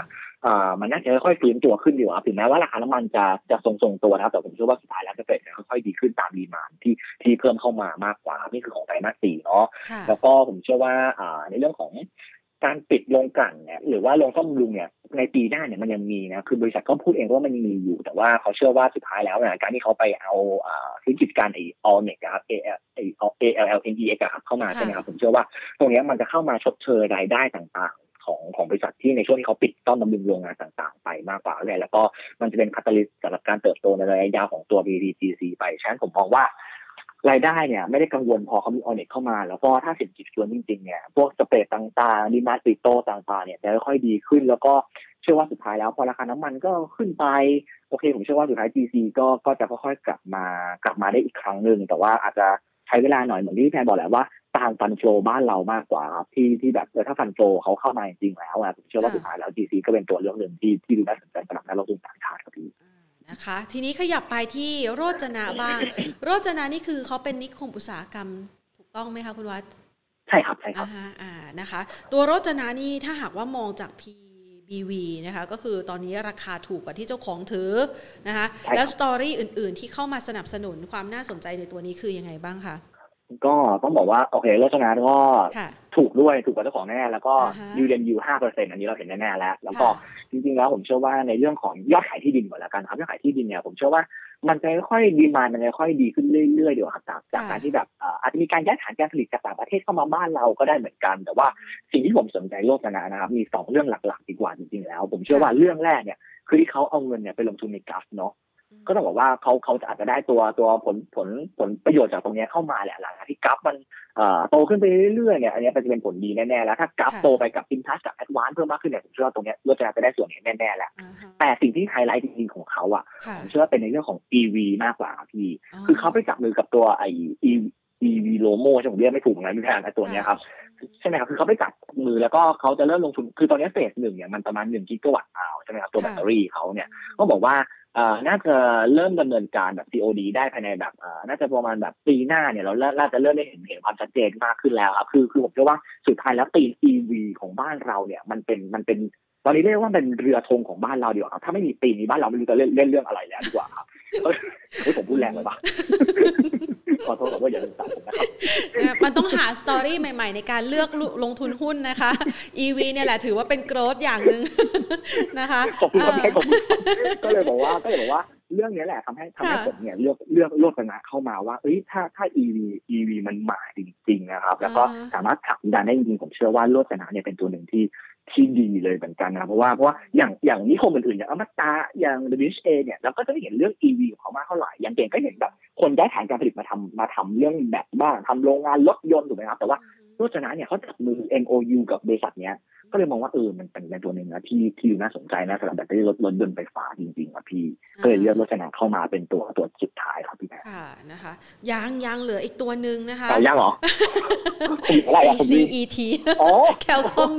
S2: อ่ามันน่าจะค่อยๆฟื้นตัวขึ้นอยู่ครับถึงแม้ว่าราคาน้ำมันจะจะทรงๆตัวนะครับแต่ผมเชื่อว่าสุดท้ายแล้วจะเป็นค่อยๆดีขึ้นตามดีมานด์ที่ที่เพิ่มเข้ามามากกว่านี่คือของไตรมาสสี่เนาะแล้วก็ผมเชื่อว่าอ่าในเรื่องของการปิดโรงกลั่นเนี่ยหรือว่าโรงซ่อมบำรุงเนี่ยในปีหน้าเนี่ยมันยังมีนะคือบริษัทก็พูดเองว่ามันมีอยู่แต่ว่าเขาเชื่อว่าสุดท้ายแล้วเนี่ยการที่เขาไปเอาอ่าธุรกิจการไอ้ ออล เน็ก ครับ เอ แอล เอ แอล แอล เอ็น อี เอ็กซ์ ครับเข้ามาใช่ไหมครับผมเชื่อว่าตรงนี้มันจะเข้ามาชดเชยรายได้ต่างๆของของบริษัทที่ในช่วงที่เขาปิดซ่อมบำรุงโรงงานต่างๆไปมากกว่าเลยแล้วก็มันจะเป็นคาตาลิสต์สำหรับการเติบโตในระยะยาวของตัว บี ที จี ซี ไปฉะนั้นผมมองว่ารายได้เนี่ยไม่ได้กังวลพอเขามีออเน็กเข้ามาแล้วก็ถ้าเศรษฐกิจฟื้นจริงๆเนี่ยพวกสเปรดต่างๆดีมาร์ติโตต่างๆเนี่ยจะค่อยๆดีขึ้นแล้วก็เชื่อว่าสุดท้ายแล้วพอราคาน้ำมันก็ขึ้นไปโอเคผมเชื่อว่าสุดท้าย จี ซี ก็ก็จะค่อยๆกลับมากลับมาได้อีกครั้งนึงแต่ว่าอาจจะใช้เวลาหน่อยเหมือนที่แพนบอกแหละว่าตามฟันโฟลบ้านเรามากกว่าครับที่ที่แบบถ้าฟันโฟลเขาเข้ามาจริงๆแล้วอ่ะผมเชื่อว่าสุดท้ายแล้ว จี ซี ก็เป็นตัวเลือกหนึ่งที่ที่ดูน่าสนใจสำหรับนักลงทุนต่างชาติครับพี่
S1: นะคะทีนี้ขยับไปที่โรจนะบ้างโรจนะนี่คือเขาเป็นนิคมอุตสาหกรรมถูกต้องไหมคะคุณวัฒน์
S2: ใช่ครับใช่ครับ
S1: อ่าอ่านะคะตัวโรจนะนี่ถ้าหากว่ามองจาก พี บี วี นะคะก็คือตอนนี้ราคาถูกกว่าที่เจ้าของถือนะคะแล้วสตอรี่อื่นๆที่เข้ามาสนับสนุนความน่าสนใจในตัวนี้คือยังไงบ้างคะ
S2: ก็ต้องบอกว่าโอเคโรจนะก็ถูกด้วยถูกกว่าเจ้าของแน่แล้วก็ดิวเดนยิว ห้าเปอร์เซ็นต์ อันนี้เราเห็นแน่ๆแล้วแล้วก็จริงๆแล้วผมเชื่อว่าในเรื่องของยอดขายที่ดินก่อนแล้วกันครับยอดขายที่ดินเนี่ยผมเชื่อว่ามันจะค่อยๆดีมานด์มันจะค่อยดีขึ้นเรื่อยๆเดี๋ยวครับจากจากการที่แบบอาจจะมีการย้ายฐานการผลิตจากต่างประเทศเข้ามาบ้านเราก็ได้เหมือนกันแต่ว่าสิ่งที่ผมสนใจโรจนะนะครับมีสองเรื่องหลักๆดีกว่าจริงๆแล้วผมเชื่อว่าเรื่องแรกเนี่ยคือที่เขาเอาเงินเนี่ยไปลงทุนในก๊าซเนาะก็ต้องบอกว่าเขาเขาอาจจะได้ตัวตัวผลผลผลประโยชน์จากตรงนี้เข้ามาแหละหลังจากที่กราฟมันโตขึ้นไปเรื่อยๆเนี่ยอันนี้จะเป็นผลดีแน่ๆแล้วถ้ากราฟโตไปกับอินทัชกับแอดวานซ์เพิ่มมากขึ้นเนี่ยผมเชื่อว่าตรงนี้โรจนะจะได้ส่วนนี้แน่ๆแล้วแต่สิ่งที่ไฮไลท์จริงๆของเขาอ่ะผมเชื่อว่าเป็นในเรื่องของ อี วี มากกว่าพี่คือเขาไปจับมือกับตัวไอ้ อี วี Lomo ใช่ผมเรียกไม่ถูกนะพี่แพนไอ้ตัวนี้ครับใช่ไหมครับคือเขาไปจับมือแล้วก็เขาจะเริ่มลงทุนคือตอนนี้เฟสหนึ่งเนี่ยมันประมาณหนึ่งกิกะวัตต์อาวใช่ไหมครับตัวแบตเตอรี่เขาเนี่ยก็บอกว่าอ่าน่าจะเริ่มดำเนินการแบบ ซี โอ ดี ได้ภายในแบบอ่าน่าจะประมาณแบบปีหน้าเนี่ยเราน่าจะเริ่มได้เห็นเห็นความชัดเจนมากขึ้นแล้วครับคือคือผมเชื่อว่าสุดท้ายแล้วตีม อี วี ของบ้านเราเนี่ยมันเป็นมันเป็นตอนนี้เรียกว่าเป็นเรือธงของบ้านเราดีกว่าครับถ้าไม่มีตีมนี้บ้านเราไม่รู้จะเล่นเล่นเรื่องอะไรแล้วดีกว่าครับเฮ้ยผมพูดแรงไปปะขอโทษขอโทษอย่าลืมตัดผมนะครับ
S1: มันต้องหาสตอรี่ใหม่ๆในการเลือกลงทุนหุ้นนะคะ อี วี เนี่ยแหละถือว่าเป็นโกรธอย่างนึงนะคะ
S2: ขอบคุณครับขอบคุณก็เลยบอกว่าก็เลยบอกว่าเรื่องนี้แหละทำให้ทำให้ผมเนี่ยเลือกเลือกโรจนะเข้ามาว่าเอ้ยถ้าถ้า อี วี อี วี มันมาจริงๆนะครับแล้วก็สามารถผลักดันได้จริงๆผมเชื่อว่าโรจนะเนี่ยเป็นตัวหนึ่งที่ที่ดีเลยเหมือนกันนะเพราะว่าเพราะว่าอย่างอย่างนิคมอื่นๆอย่างอมตะอย่าง ดับเบิลยู เอช เอ เนี่ยเราก็จะไม่เห็นเรื่อง อี วี ของเขามากเท่าไหร่อย่างเก่งก็เห็นแบบคนย้ายฐานการผลิตมาทำมาทำเรื่องแบบบ้างทำโรงงานรถยนต์ถูกไหมครับแต่ว่าโรจนะเนี่ยเขาจับมือ เอ็ม โอ ยู กับบริษัทเนี้ยก็เลยมองว่าเออมันเป็นตัวหนึ่งนะที่ที่น่าสนใจนะสำหรับแบตเตอรี่รถรถยนต์ไฟฟ้าจริงๆครับพี่ก็เลยเลือกโรจนะเข้ามาเป็นตัวตัวสุดท้ายครับพี่แม่
S1: ค่ะนะคะยังยังเหลืออีกตัวหนึ่งนะคะ
S2: เอายังเหรอ
S1: ซี อี ที แคลคอม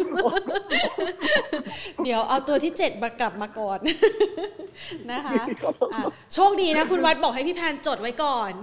S1: เดี๋ยวเอาตัวที่เจ็ดมากลับมาก่อนนะคะโชคดีนะคุณวัดบอกให้พี่แพนจดไว้ก่อน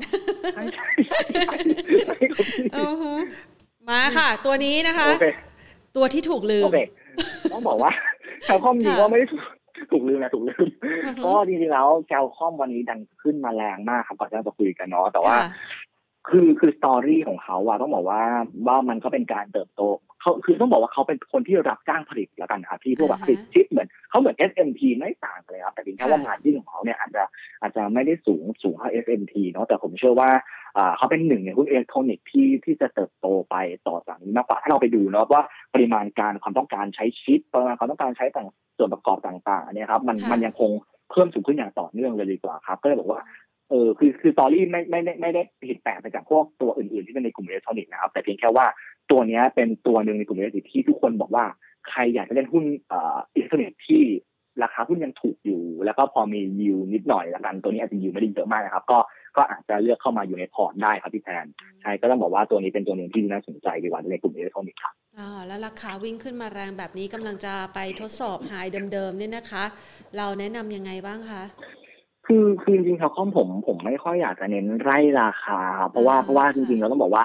S1: มาค่ะตัวนี้นะคะตัวที่ถูกลืม
S2: ต้องบอกว่าแคลคอมดีว่าไม่ได้ถูกลืมนะถูกลืมก็จริงๆแล้วแคลคอมวันนี้ดันขึ้นมาแรงมากครับก่อนที่เราจะคุยกันเนาะแต่ว่าคือคือสตอรี่ของเขาอะต้องบอกว่าว่ามันก็เป็นการเติบโตเขาคือต้องบอกว่าเขาเป็นคนที่รับจ้างผลิตแล้วกันครับที่พวกแบบผลิตชิปเหมือนเขาเหมือน เอส เอ็ม ที ไม่ต่างเลยครับแต่เพียงแค่ว่ามาร์จิ้นของเขาเนี่ยอาจจะอาจจะไม่ได้สูงสูงเท่า เอส เอ็ม ที เนาะแต่ผมเชื่อว่าอ่าเขาเป็นหนึ่งในหุ้นอิเล็กทรอนิกส์ที่ที่จะเติบโตไปต่อจากนี้มากกว่าถ้าเราไปดูเนาะว่าปริมาณการความต้องการใช้ชิปปริมาณความต้องการใช้ต่างส่วนประกอบต่างๆเนี่ยครับมันมันยังคงเพิ่มสูงขึ้นอย่างต่อเนื่องเลยดีกว่าครับก็เลยบอกว่าเออคือคือสตอรี่ไม่ไม่ไม่ได้ผิดแปลกไปจากพวกตัวอื่นๆที่เป็นในกลุ่มอิเล็กทรอนิกส์นะครับแต่เพียงแค่ว่าตัวนี้เป็นตัวหนึ่งในกลุ่มอิเล็กทรอนิกส์ที่ทุกคนบอกว่าใครอยากจะเล่นหุ้นอ่าอิเล็กทรอนิกส์ที่ราคาหุ้นยังถูกอยู่แล้วก็พอมียิวนิดหน่อยละกันตัวนี้อาจจะยิวไม่ได้เยอะมากนะครับก็ก็อาจจะเลือกเข้ามาอยู่ในพอร์ตได้ครับพี่แพนใช่ก็ต้องบอกว่าตัวนี้เป็นตัวหนึ่งที่น่าสนใจดีกว่าในกลุ่มอิเล็กทรอนิกส์ครับ
S1: อ๋อแล้วราคาวิ่งขึ้นมาแรงแบบนี้กำลังจะไปทดสอบไฮเดิมๆเนี่ยนะคะเราแนะนำยังไงบ้างคะ
S2: คือคือจริงๆแคลคอมผมผมไม่ค่อยอยากจะเน้นไล่ราคาเพราะว่าเพราะว่าจริงๆเราต้องบอกว่า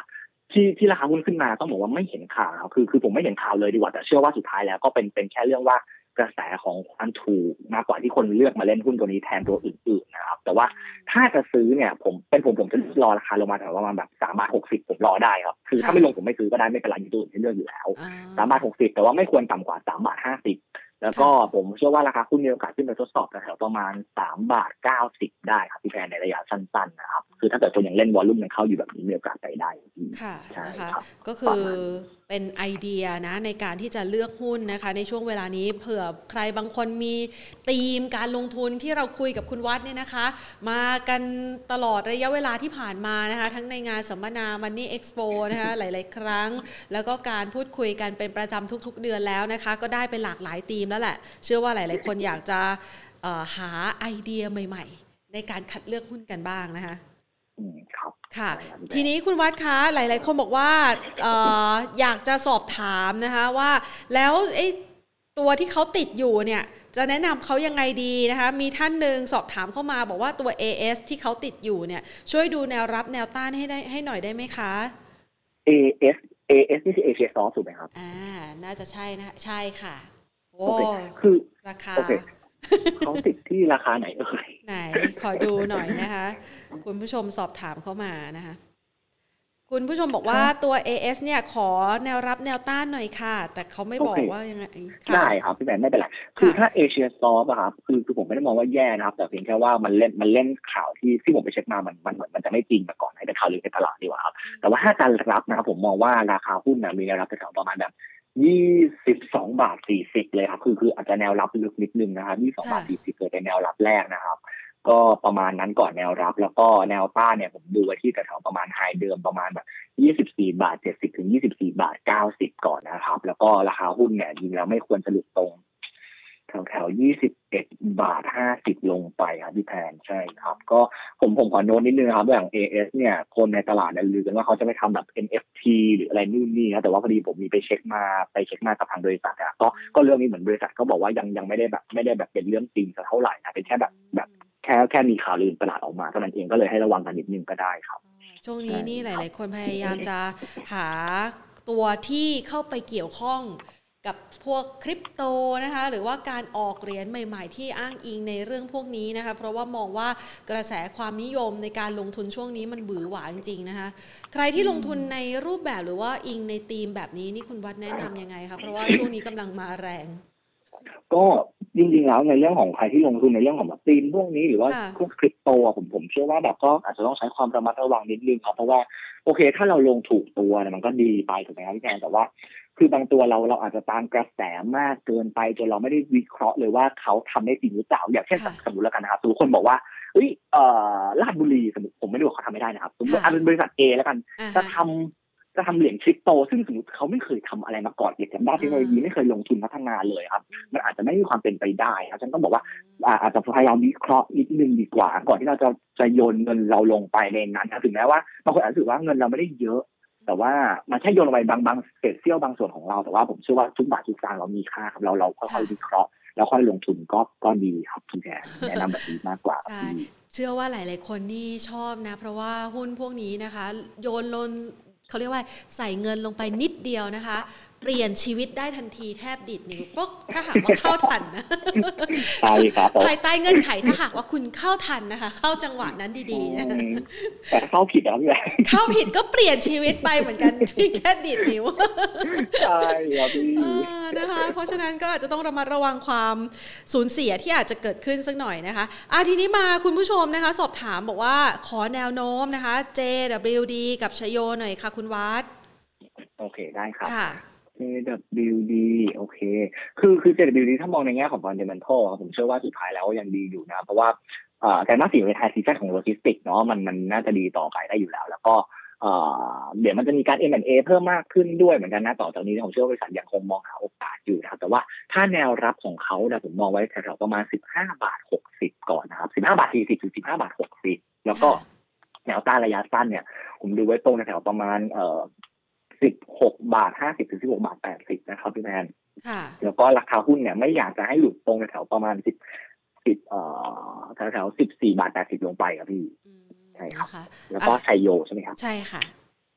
S2: ที่ที่ราคาหุ้นขึ้นมาต้องบอกว่าไม่เห็นข่าวครับคือคือผมไม่เห็นข่าวเลยดีกว่าแต่เชื่อว่าสุดท้ายแล้วก็เป็นเป็นแค่เรื่องว่ากระแสของความถูกมากกว่าที่คนเลือกมาเล่นหุ้นตัวนี้แทนตัวอื่นๆนะครับแต่ว่าถ้าจะซื้อเนี่ยผมเป็นผมผมจะรอราคาลงมาแถวประมาณแบบสามบาทหกสิบผมรอได้ครับคือถ้าไม่ลงผมไม่ซื้อก็ได้ไม่เป็นไรมีตัวอื่นที่เลือกอยู่แล้วสามบาทหกสิบแต่ว่าไม่ควรต่ำกว่าสามบาทห้าสิบแล้วก็ผมเชื่อว่าราคาหุ้นมีโอกาสขึ้นไปทดสอบแถวประมาณสามบาทเก้าสิบได้ครับพี่แพนในระยะสั้นๆนะครับคือถ้าเกิดคนยังเล่นวอลลุ่มยังเข้าอยู่แบบนี้มีโอกาสไปได้
S1: ค่ะ
S2: ใช่
S1: นะคะก็คือเป็นไอเดียนะในการที่จะเลือกหุ้นนะคะในช่วงเวลานี้เผื่อใครบางคนมีธีมการลงทุนที่เราคุยกับคุณวัดเนี่ยนะคะมากันตลอดระยะเวลาที่ผ่านมานะคะทั้งในงานสัมมนา Money Expo นะคะหลายๆครั้งแล้วก็การพูดคุยกันเป็นประจำทุกๆเดือนแล้วนะคะก็ได้เป็นหลากหลายธีมแล้วแหละเชื่อว่าหลายๆคนอยากจะหาไอเดียใหม่ๆในการคัดเลือกหุ้นกันบ้างนะคะค่ะทีนี้คุณวัดคะหลายๆคนบอกว่าเอ่ออยากจะสอบถามนะคะว่าแล้วไอ้ตัวที่เขาติดอยู่เนี่ยจะแนะนำเขายังไงดีนะคะมีท่านหนึ่งสอบถามเข้ามาบอกว่าตัว เอ เอส ที่เขาติดอยู่เนี่ยช่วยดูแนวรับแนวต้านให้ได้ให้หน่อยได้ไหมคะ
S2: เอ เอส เอ เอส นี่คือ Asia Soft ถูกไหมครับ
S1: อ่าน่าจะใช่นะใช่ค่ะโอ้
S2: คือ
S1: ราคา
S2: เขาติดที่ราคาไหนเอ่ย
S1: ไหนขอดูหน่อยนะคะคุณผู้ชมสอบถามเข้ามานะคะคุณผู้ชมบอกว่าตัว เอ เอส เนี่ยขอแนวรับแนวต้านหน่อยค่ะแต่เขาไม่บอกว่ายังไง
S2: ได้ครับพี่แมนไม่เป็นไรคือถ้า Asia Soft อะครับคือคือผมไม่ได้มองว่าแย่นะครับแต่เพียงแค่ว่ามันเล่นมันเล่นข่าวที่ที่ผมไปเช็คมามันมันเหมือนมันจะไม่จริงมาก่อนให้เป็นข่าวลือในตลาดดีกว่าครับแต่ว่าถ้าการรับนะครับผมมองว่าราคาหุ้นน่ะมีแนวรับแถวประมาณแบบยี่สิบสองบาทสี่สิบเลยครับคือคืออาจจะแนวรับลึกนิดนึงนะครับยี่สิบสองบาทสี่สิบเกิดเป็นแนวรับแรกนะครับก็ประมาณนั้นก่อนแนวรับแล้วก็แนวต้านเนี่ยผมดูไว้ที่แถวประมาณไฮเดิมประมาณแบบยี่สิบสี่บาทเจ็ดสิบถึงยี่สิบสี่บาทเก้าสิบก่อนนะครับแล้วก็ราคาหุ้นเนี่ยจริงแล้วไม่ควรจะหลุดตรงแถวๆยี่สิบเอ็ดบาทห้าสิบลงไปครับพี่แพนใช่ครับก็ผมผมขอโน้ตนิดนึงครับอย่าง เอ เอส เนี่ยคนในตลาดเนี่ยลือกันว่าเขาจะไม่ทำแบบ เอ็น เอฟ ที หรืออะไรนู่นนี่นะแต่ว่าพอดีผมมีไปเช็คมาไปเช็คมากับทางบริษัทอ่ะก็ก็เรื่องนี้เหมือนบริษัทก็บอกว่ายังยังไม่ได้แบบไม่ได้แบบเป็นเรื่องจริงสักเท่าไหร่นะเป็นแค่แบบแบบแค่แค่มีข่าวลือตลาดออกมาเท่านั้นเองก็เลยให้ระวังกันนิดนึงก็ได้ครับ
S1: ช่วงนี้นี่หลายๆคนพยายามจะหาตัวที่เข้าไปเกี่ยวข้องกับพวกคริปโตนะคะหรือว่าการออกเหรียญใหม่ๆที่อ้างอิงในเรื่องพวกนี้นะคะเพราะว่ามองว่ากระแสความนิยมในการลงทุนช่วงนี้มันบื้อหวาจริงๆนะคะใครที่ลงทุนในรูปแบบหรือว่าอิงในธีมแบบนี้นี่คุณวัดแนะนำยังไงคะเพราะว่าช่วงนี้กำลังมาแรง
S2: ก็จริงๆแล้วในเรื่องของใครที่ลงทุนในเรื่องของแบบธีมพวกนี้หรือว่าพวกคริปโตผมผมเชื่อว่าแบบก็อาจจะต้องใช้ความระมัดระวังนิดนึงครับเพราะว่าโอเคถ้าเราลงถูกตัวเนี่ยมันก็ดีไปถูกไหมครับพี่แจนแต่ว่าคือบางตัวเราเราอาจจะตามกระแสมากเกินไปจนเราไม่ได้วิเคราะห์เลยว่าเขาทำได้จริงหรือเปล่าอย่างเช่นสมมติแล้วกันนะครับทุกคนบอกว่าเฮ้ยเอ่อลาดบุรีสมมติผมไม่รู้ว่าเขาทำไม่ได้นะครับสมมติเป็นบริษัท A แล้วกันจะทำจะทำเหรียญคริปโตซึ่งสมมติเขาไม่เคยทำอะไรมาก่อนเกี่ยวกับด้านเทคโนโลยีไม่เคยลงทุนพัฒนาเลยครับมันอาจจะไม่มีความเป็นไปได้ครับฉันต้องบอกว่าอาจจะพยายามวิเคราะห์นิดนึงดีกว่าก่อนที่เราจะจะโยนเงินเราลงไปในนั้นถึงแม้ว่าบางคนอาจจะรู้สึกว่าเงินเราไม่ได้เยอะแต่ว่ามันแค่โยนลงไปบางบางเศษเสี้ยวบางส่วนของเราแต่ว่าผมเชื่อว่าทุกบาททุกสตางค์เรามีค่าครับเราเราค่อยๆวิเคราะห์แล้วค่อยลงทุนก็ก็ดีครับคุณแกแนะนำแบบนี้มากกว่า
S1: ใช่เชื่อว่าหลายๆคนนี่ชอบนะเพราะว่าหุ้นพวกนี้นะคะโยนลงเขาเรียกว่าใส่เงินลงไปนิดเดียวนะคะเปลี่ยนชีวิตได้ทันทีแทบดิดนิ้วปุ๊บถ้าหากว่าเข้าทันนะ
S2: ใช่ครับ
S1: ภายใต้เงื่อนไขถ้าหากว่าคุณเข้าทันนะคะเข้าจังหวะนั้นดีๆนะ
S2: แต่เข้าผิดแล้วพี่
S1: เข้าผิดก็เปลี่ยนชีวิตไปเหมือนกันที่แค่ดิดนิ้ว
S2: ใช่ครับพี่
S1: นะคะเพราะฉะนั้นก็อาจจะต้องระมัดระวังความสูญเสียที่อาจจะเกิดขึ้นสักหน่อยนะคะอ่ะทีนี้มาคุณผู้ชมนะคะสอบถามบอกว่าขอแนวโน้มนะคะ เจ ดับเบิลยู ดี กับชโยหน่อยค่ะคุณวัด
S2: โอเคได้ครับ
S1: ค่ะ
S2: เจ ดับเบิลยู ดี โอเคคือคือ เจ ดับเบิลยู ดี ถ้ามองในแง่ของ fundamental ครับผมเชื่อว่าสุดท้ายแล้วยังดีอยู่นะเพราะว่าเอ่อไตรมาสสี่เป็นไฮซีซั่นของโลจิสติกส์เนาะมันมันน่าจะดีต่อไปได้อยู่แล้วแล้วก็เอ่อเดี๋ยวมันจะมีการ เอ็ม แอนด์ เอ เพิ่มมากขึ้นด้วยเหมือนกันนะต่อจากนี้ผมเชื่อว่าบริษัทยังคงมองหาโอกาสอยู่นะครับแต่ว่าถ้าแนวรับของเขาเนี่ยผมมองไว้แถวๆประมาณสิบห้าบาทหกสิบก่อนนะครับสิบห้าบาทสี่สิบถึงสิบห้าบาทหกสิบแล้วก็แนวต้านระยะสั้นเนี่ยผมดูไว้ตรงแถวประมาณเอ่อสิบหกบาทห้าสิบถึงสิบหกบาทแปดสิบนะครับพี่แมน
S1: ค่ะ
S2: แล้วก็ราคาหุ้นเนี่ยไม่อยากจะให้หลุดตรงแถวประมาณสิบ สิบเอ่อแถวๆสิบสี่บาทแปดสิบลงไปครับพี่ใช่ครับแล้วก็ชัยโยใช่มั้ยครับ
S1: ใช่ค่ะ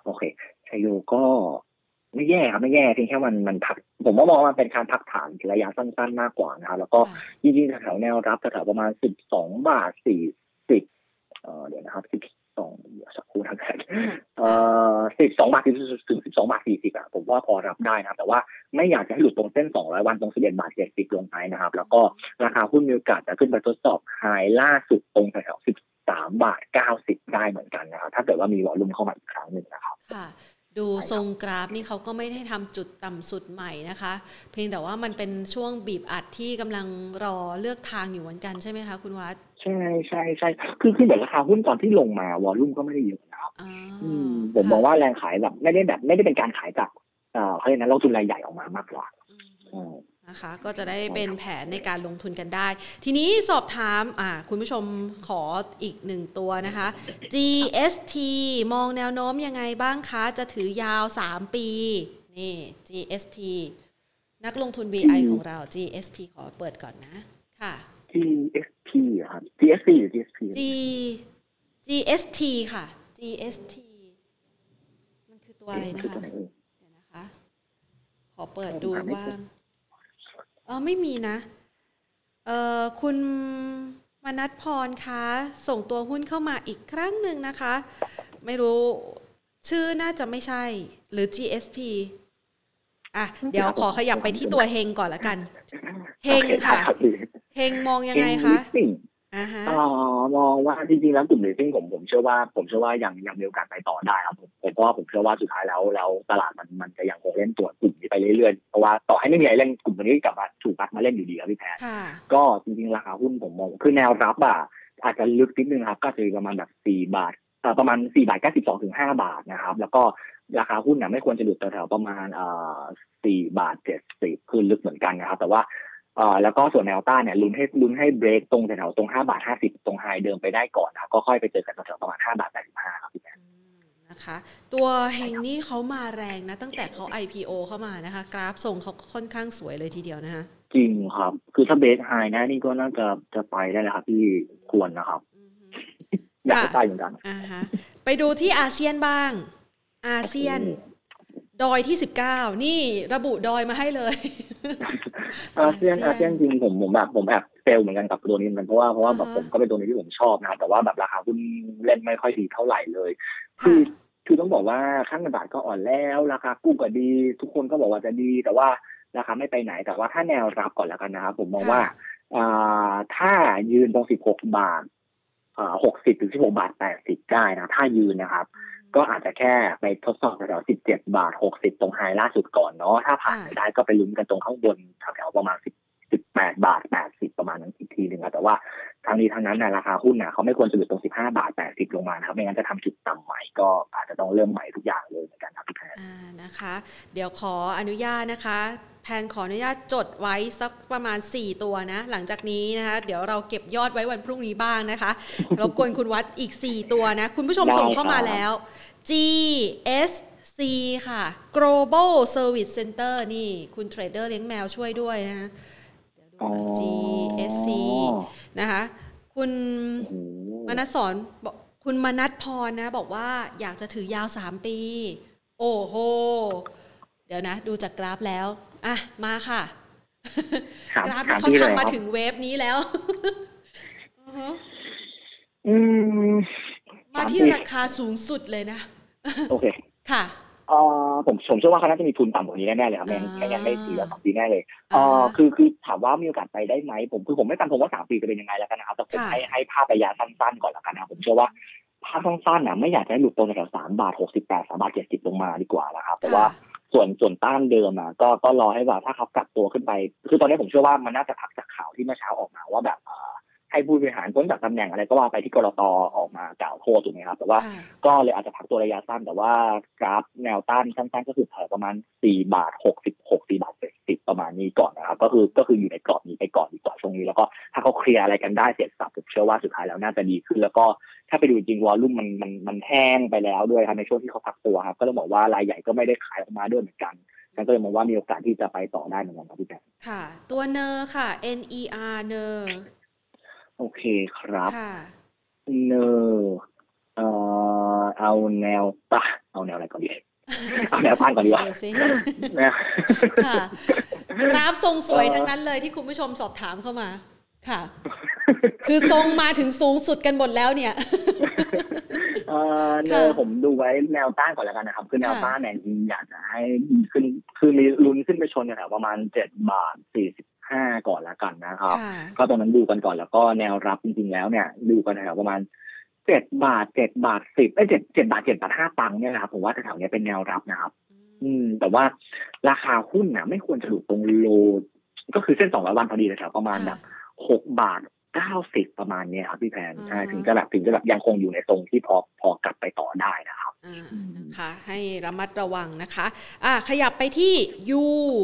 S2: โอเคชัยโยก็ไม่แย่ครับไม่แย่เพียงแค่มันมันพักผมว่ามองว่ามันเป็นการพักฐานระยะสั้นๆมากกว่านะครับแล้วก็จริงๆแถวแนวรับแถวประมาณสิบสองบาทสี่สิบเอ่อเดี๋ยวนะครับสิบสองเดี๋ยวสักครู่นะครับเอ่อสิบสองบาทถึงสิบสองบาทสี่สิบอ่ะผมว่าพอรับได้นะแต่ว่าไม่อยากจะให้หลุดตรงเส้นสองร้อยวันตรงสิบเอ็ดบาทเจ็ดสิบลงไปนะครับแล้วก็ราคาหุ้นมีโอกาสจะขึ้นไปทดสอบไฮล่าสุดตรงแถวสิบสามบาทเก้าสิบได้เหมือนกันนะครับถ้าเกิดว่ามีวอลลุ่มเข้ามาอีกครั้งนึงนะครับ
S1: ค่ะดูทรงกราฟนี่เขาก็ไม่ได้ทำจุดต่ำสุดใหม่นะคะเพียงแต่ว่ามันเป็นช่วงบีบอัดที่กำลังรอเลือกทางอยู่เหมือนกันใช่ไหมคะคุณวัฒน์
S2: ใช่ใช่ใช่คือคือเหมือนราคาหุ้นตอนที่ลงมาวอลลุ่มก็ไม่ได้เยอะนะครับผมมองว่าแรงขายแบบไม่ได้แบบไม่ได้เป็นการขายจากเอ่อเขาเรียกนะลงทุนรายใหญ่ออกมามากกว่า
S1: นะคะก็จะได้เป็นแผนในการลงทุนกันได้ทีนี้สอบถามอ่าคุณผู้ชมขออีกหนึ่งตัวนะคะ จี เอส ที มองแนวโน้มยังไงบ้างคะจะถือยาวสามปีนี่ จี เอส ที นักลงทุน วี ไอ ของเรา จี เอส ที ขอเปิดก่อนนะค่ะ
S2: จี เอส ที ครับ จี เอส ที หรือ จี เอส ที
S1: G จี เอส ที ค่ะ จี เอส ที มันคือตัวอะไรนะคะเดี๋ยวนะคะขอเปิดดูว่างเออไม่มีนะเอ่อคุณมนัสพรคะส่งตัวหุ้นเข้ามาอีกครั้งหนึ่งนะคะไม่รู้ชื่อน่าจะไม่ใช่หรือ จี เอส พี อ่ะเดี๋ยวขอขยับไปที่ตัวเฮงก่อนละกันเฮงค่ะเฮงมองยังไงคะอ่าฮะ
S2: อ๋อมองว่าจริงๆแล้วกลุ่มเลสซิ่งผมผมเชื่อว่าผมเชื่อว่ายังยังมีโอกาสไปต่อได้ครับผมเพราะว่าผมเชื่อว่าสุดท้ายแล้วแล้วตลาดมันมันจะยังคงเล่นตัวกลุ่มนี้ไปเรื่อยๆเพราะว่าต่อให้ไม่มีอะไรเล่นกลุ่มนี้กลับมาถูกพัดมาเล่นอยู่ดีครับพี่แพทก็จริงๆราคาหุ้นผมมองคือแนวรับอ่ะอาจจะลึกนิดนึงครับก็จะประมาณแบบสี่บาทอ่าประมาณสี่บาทเก้าสิบสองถึงห้าบาทนะครับแล้วก็ราคาหุ้นน่ะไม่ควรจะหลุดแถวๆประมาณเอ่อสี่บาทเจ็ดสิบคือลึกเหมือนกันนะครับแต่ว่าเอ่อแล้วก็ส่วนแนวต้านเนี่ยลุ้นให้ลุ้นให้เบรกตรงแถวๆตรงห้าบาทห้าสิบตรงไฮเดิมไปได้ก่อนนะก็ค่อยไปเจอกันแถวๆประมาณห้าบาทแปดสิบห้าครับพี่แพท
S1: นะคะตัวเฮงนี่เขามาแรงนะตั้งแต่เขา ไอ พี โอ เข้ามานะคะกราฟส่งเขาค่อนข้างสวยเลยทีเดียวนะคะ
S2: จริงครับคือถ้าเบสไฮนะนี่ก็น่าจะจะไปได้แล้วครับที่ควรนะครับอยากได้เหมือนกัน
S1: อ่าฮะไปดูที่อาเซียนบ้างอาเซียนดอยที่สิบเก้านี่ระบุดอยมาให้เลย
S2: อาเซียนอาเซียนจริงผมผมแบบผมแอบเฟลเหมือนกันกับตัวนี้เหมือนกันเพราะว่าเพราะว่าแบบผมก็เป็นตัวนี้ที่ผมชอบนะแต่ว่าแบบราคาหุ้นเล่นไม่ค่อยดีเท่าไหร่เลยคือคือต้องบอกว่าค่าเงินบาทก็อ่อนแล้วราคากู้ก็ดีทุกคนก็บอกว่าจะดีแต่ว่าราคาไม่ไปไหนแต่ว่าถ้าแนวรับก่อนแล้วกันนะครับผมมองว่าอ่าถ้ายืนตรงสิบหกบาทอ่าหกสิบถึงสิบหกบาทแปดสิบได้นะถ้ายืนนะครับก็อาจจะแค่ไปทดสอบแถวสิบเจ็ดบาทหกสิบตรงไฮล่าสุดก่อนเนาะถ้าผ่านไปได้ก็ไปลุ้นกันตรงข้างบนแถวๆประมาณสิบ สิบแปดบาทแปดสิบประมาณนั้นอีกทีนึงนะแต่ว่าทางนี้ทางนั้นนะราคาหุ้นน่ะเขาไม่ควรจะหลุดตรงสิบห้าบาทแปดสิบลงมานะครับไม่งั้นจะทำจุดต่ำใหม่ก็อาจจะต้องเริ่มใหม่ทุกอย่างเลยเหมือนกันครับพี่แพน
S1: อ่านะคะเดี๋ยวขออนุญาตนะคะแพนขออนุญาตจดไว้สักประมาณสี่ตัวนะหลังจากนี้นะคะเดี๋ยวเราเก็บยอดไว้วันพรุ่งนี้บ้างนะคะรบกวนคุณวัดอีกสี่ตัวนะคุณผู้ชมส่งเข้ามาแล้ว จี เอส ซี ค่ะ Global Service Center นี่คุณเทรดเดอร์เลี้ยงแมวช่วยด้วยนะเดี๋ยวดู จี เอส ซี นะคะคุณมนัสสอนบอกคุณมนัสพรนะบอกว่าอยากจะถือยาวสามปีโอ้โหเดี๋ยวนะดูจากกราฟแล้วอ่ะมาค่ะกราฟที่เขาทำมาถึงเวฟนี้แล้ว
S2: อืม
S1: มาที่ราคาสูงสุดเลยนะ
S2: โอเค
S1: ค่ะ
S2: เอ่อผมผมเชื่อว่าเขาน่าจะมีทุนต่ำกว่านี้แน่ๆเลยครับไม่ไม่งั้นไม่ถือว่าสองปีแน่เลยเอ่อคือคือถามว่ามีโอกาสไปได้ไหมผมคือผมไม่ฟันธงว่าสามปีจะเป็นยังไงแล้วกันนะครับแต่ผมให้ให้ภาพระยะสั้นๆก่อนแล้วกันนะผมเชื่อว่าภาพสั้นๆน่ะไม่อยากจะให้หลุดตรงแถวสามบาทหกสิบแปดสามบาทเจ็ดสิบลงมาดีกว่านะครับแต่ว่าส่วนส่วนต้านเดิมอ่ะก็ก็รอให้ว่าถ้าเขากลับตัวขึ้นไปคือตอนนี้ผมเชื่อว่ามันน่าจะพักจากข่าวที่เมื่อเช้าออกมาว่าแบบให้ผู้บริหารพ้นจากตำแหน่งอะไรก็ว่าไปที่กรต.ออกมากล่าวโทษถูกไหมครับแต่ว่าก็เลยอาจจะพักตัวระยะสั้นแต่ว่ากราฟแนวต้านสั้นๆก็คือแถวประมาณสี่บาทหกสิบหก สี่บาทเจ็ดสิบประมาณนี้ก่อนนะครับก็คือก็คืออยู่ในกรอบนี้ไปก่อนดีกว่าช่วงนี้แล้วก็ถ้าเขาเคลียร์อะไรกันได้เสร็จสับผมเชื่อว่าสุดท้ายแล้วน่าจะดีขึ้นแล้วก็ถ้าไปดูจริงวอลลุ่มมันมันมันแห้งไปแล้วด้วยครับในช่วงที่เขาพักตัวครับก็ต้องบอกว่ารายใหญ่ก็ไม่ได้ขายออกมาด้วยเหมือนกันฉันก็เลยมองว่ามีโอกาสที่จะไปต่อได้เหมือนกันครับพี่แจ๊ค
S1: ค่ะตัวเนอร์ค่ะ เอ็น อี อาร์ เนอร์
S2: โอเคครับเนอร์เอ่อเอาแนวตเอาแนวอะไรก่อนดีเอาแนวต้านก่อนดีกว่า
S1: ค่ะกราฟทรงสวยทั้งนั้นเลยที่คุณผู้ชมสอบถามเข้ามาค่ะคือทรงมาถึงสูงสุดกันหมดแล้วเนี่ย
S2: เออเนอผมดูไว้แนวต้านก่อนแล้วกันนะครับคือแนวต้านเนี่ยจริงอยากจะให้ขึ้นคือมีลุ้นขึ้นไปชนแถวประมาณเจ็ดบาทสี่สิบห้าก่อนแล้วกันนะครับก็ตอนนั้นดูกันก่อนแล้วก็แนวรับจริงๆแล้วเนี่ยดูกันแถวประมาณเจ็ดบาทเจ็ดบาทสิบเอ้ยเจ็ดเจ็ดบาทเจ็ดบาทห้าตังค์เนี่ยนะครับผมว่าแถวๆนี้เป็นแนวรับนะครับอืมแต่ว่าราคาหุ้นน่ะไม่ควรจะหลุดตรงโลก็คือเส้นสองร้อยวันพอดีแถวประมาณแบบหกบาทเก้าสิบประมาณนี้ครับพี่แพนใช่ถึงจะแบบถึงจะแบบยังคงอยู่ในตรงที่พอพอกลับไปต่อได้นะครับ
S1: อ่านะคะให้ระมัดระวังนะคะอ่าขยับไปที่ยู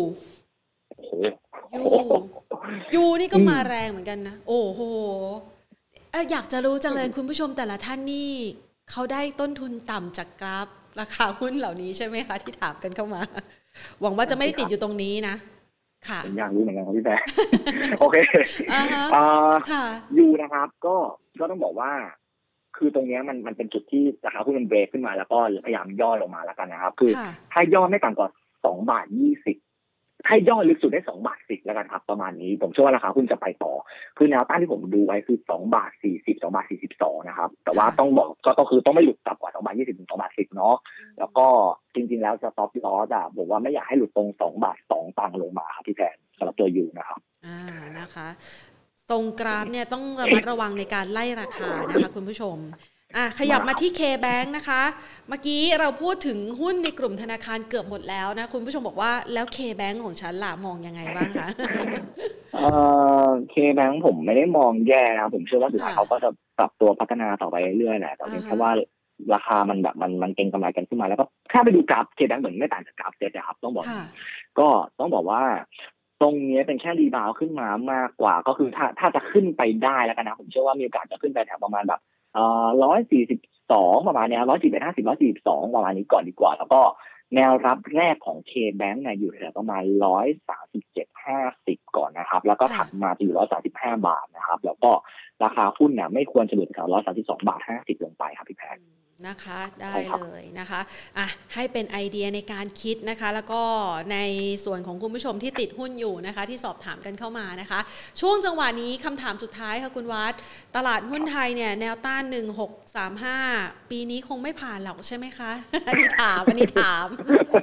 S1: ยูยูนี่ก็มาแรงเหมือนกันนะโอ้โหอยากจะรู้จังเลยคุณผู้ชมแต่ละท่านนี่เขาได้ต้นทุนต่ำจากกราฟราคาหุ้นเหล่านี้ใช่ไหมคะที่ถามกันเข้ามาหวังว่าจะไม่ได้ติดอยู่ตรงนี้นะค่ะ
S2: อยากรู้เหมือนกันครับพี่แป๊ะโอเคอ่าค่ะยูนะครับก็ก็ต้องบอกว่าคือตรงนี้มันมันเป็นจุดที่ราคาหุ้นมันเบรกขึ้นมาแล้วก็พยายามย่อลงมาแล้วกันนะครับคือถ้าย่อไม่ต่ำกว่าสองบาทยี่สิบถ้าย่อลึกสุดได้สองบาทสิบแล้วกันครับประมาณนี้ผมเชื่อว่าราคาหุ้นจะไปต่อคือแนวต้านที่ผมดูไว้คือสองบาทสี่สิบ สองบาทสี่สิบสองนะครับแต่ว่าต้องบอกก็ก็คือต้องไม่หลุดต่ำกว่าสองบาทยี่สิบถึงสองบาทสิบเนาะแล้วก็จริงๆแล้วสต็อปลอสอ่ะบอกว่าไม่อยากให้หลุดตรงสองบาทสองตังค์ลงมาครับพี่แพนสำหรับตัวยูนะครับ
S1: อ่านะคะตรงกราฟเนี่ยต้องระมัดระวังในการไล่ราคานะคะคุณผู้ชมอ่ะขยับมาที่ K-Bank นะคะเมื่อกี้เราพูดถึงหุ้นในกลุ่มธนาคารเกือบหมดแล้วนะคุณผู้ชมบอกว่าแล้ว K-Bank ของฉันล่ะมองยังไงบ้างคะ
S2: เอ่อ K-Bank ผมไม่ได้มองแย่นะผมเชื่อว่าสุดท้ายเขาก็จะปรับตัวพัฒนาต่อไปเรื่อยๆแหละแต่เพียงแค่ว่าราคามันแบบมันมันเก็งกำไรกันขึ้นมาแล้วก็แค่ไปดูกราฟ K-Bank เหมือนไม่ต่างจากกราฟเซ็ตนะครับต้องบอกก็ต้องบอกว่าตรงนี้เป็นแค่รีบาวขึ้นมามากกว่าก็คือถ้าถ้าจะขึ้นไปได้แล้วกันนะผมเชื่อว่ามีโอกาสจะขึ้นไปแถวประมาณแบบเอ่อร้อยสี่สิบสองประมาณเนี้ยร้อยสี่สิบห้าสิบร้อยสี่สิบสองประมาณนี้ก่อนดีกว่าแล้วก็แนวรับแรกของ K-Bank เนี่ยอยู่แถวประมาณร้อยสามสิบเจ็ดห้าสิบก่อนนะครับแล้วก็ถัดมาจะอยู่ร้อยสามสิบห้าบาทนะครับแล้วก็ราคาหุ้นเนี่ยไม่ควรจะหลุดแถวร้อยสามสิบสองบาทห้าสิบลงไปครับพี่แพน
S1: นะคะได้เลยนะคะอ่ะให้เป็นไอเดียในการคิดนะคะแล้วก็ในส่วนของคุณผู้ชมที่ติดหุ้นอยู่นะคะที่สอบถามกันเข้ามานะคะช่วงจังหวะนี้คำถามสุดท้ายค่ะคุณวัดตลาดหุ้นไทยเนี่ยแนวต้านหนึ่งหกสามห้าปีนี้คงไม่ผ่านหรอกใช่ไหมคะอันนี้ถามอันนี้ถาม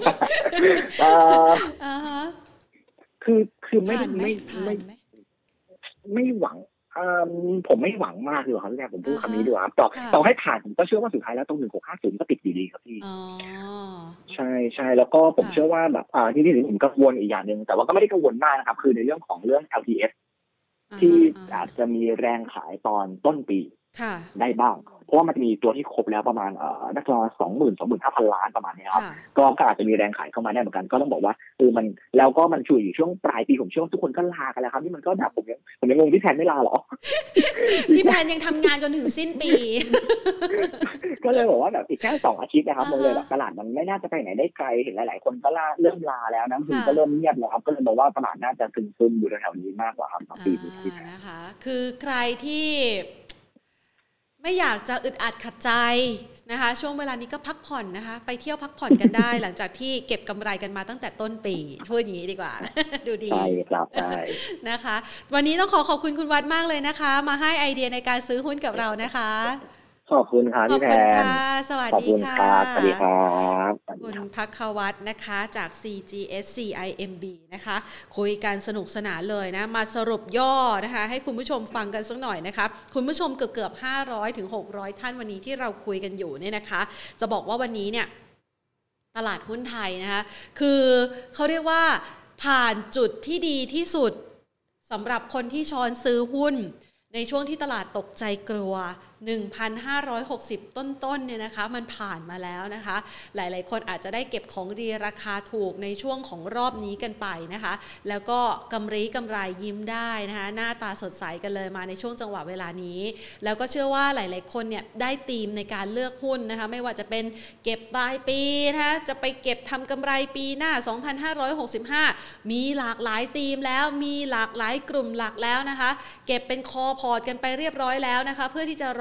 S2: อ่าคือคือไม่ไม่ไม่ไม่หวังผมไม่หวังมากเลยครับพี่แม่ผมพูดคำนี้ดีกว่าต่อต่อให้ผ่านผมก็เชื่อว่าสุดท้ายแล้วตรงหนึ่งหกห้าศูนย์ก็ติดดีๆครับพี่ใช่ใช่แล้วก็ผมเชื่อว่าแบบอ่าที่ที่ผมกังวลอีกอย่างหนึ่งแต่ว่าก็ไม่ได้กังวลมากนะครับคือในเรื่องของเรื่อง แอล ที เอส ที่อาจจะมีแรงขายตอนต้นปีได้บ้างเพราะว่ามันจะมีตัวที่ครบแล้วประมาณเอ่อนักลงทุนสองหมื่นสองหมื่นห้าพันล้านประมาณนี้ครับก็อาจจะมีแรงขายเข้ามาได้เหมือนกันก็ต้องบอกว่าคือมันแล้วก็มันช่วยอยู่ช่วงปลายปีผมเชื่อว่าทุกคนก็ลากันแล้วครับที่มันก็แบบผมยังผมยังงงพี่แพนไม่ลาหรอ
S1: พี่แพนยังทำงานจนถึงสิ้นปี
S2: ก็เลยบอกว่าแบบอีกแค่สองอาทิตย์นะครับมันเลยแบบตลาดมันไม่น่าจะไปไหนได้ไกลเห็นหลายๆคนก็ลาเริ่มลาแล้วนะคือก็เริ่มเงียบแล้วครับก็เลยบอกว่าตลาดน่าจะซึมๆอยู่แถวๆนี้มากกว่าครับปีนี้
S1: นะคะคือใครที่ไม่อยากจะอึดอัดขัดใจนะคะช่วงเวลานี้ก็พักผ่อนนะคะไปเที่ยวพักผ่อนกันได้ หลังจากที่เก็บกำไรกันมาตั้งแต่ต้นปีพูดอย่างนี้ดีกว่าดูดี
S2: ใช่ครับใช่
S1: นะคะวันนี้ต้องขอขอบคุณคุณวัดมากเลยนะคะมาให้ไอเดียในการซื้อหุ้นกับเรานะคะ
S2: ขอบคุณครับพี่แพนขอบคุณค่ะ
S1: สวัสดีค่ะ
S2: สวัสดีครับ
S1: คุณภัควัฒน์นะคะจาก ซี จี เอส ซี ไอ เอ็ม บี นะคะคุยกันสนุกสนานเลยนะมาสรุปย่อนะคะให้คุณผู้ชมฟังกันสักหน่อยนะคะคุณผู้ชมเกือบๆห้าร้อยถึงหกร้อยท่านวันนี้ที่เราคุยกันอยู่เนี่ยนะคะจะบอกว่าวันนี้เนี่ยตลาดหุ้นไทยนะคะคือเขาเรียกว่าผ่านจุดที่ดีที่สุดสำหรับคนที่ช้อนซื้อหุ้นในช่วงที่ตลาดตกใจกลัว หนึ่งพันห้าร้อยหกสิบ ต้นๆเนี่ยนะคะมันผ่านมาแล้วนะคะหลายๆคนอาจจะได้เก็บของดีราคาถูกในช่วงของรอบนี้กันไปนะคะแล้วก็กำไรกำไรยิ้มได้นะคะหน้าตาสดใสกันเลยมาในช่วงจังหวะเวลานี้แล้วก็เชื่อว่าหลายๆคนเนี่ยได้ธีมในการเลือกหุ้นนะคะไม่ว่าจะเป็นเก็บปลายปีนะคะจะไปเก็บทำกำไรปีหน้าสองพันห้าร้อยหกสิบห้ามีหลากหลายธีมแล้วมีหลากหลายกลุ่มหลักแล้วนะคะเก็บเป็นคอพอร์ตกันไปเรียบร้อยแล้วนะคะเพื่อที่จะรอ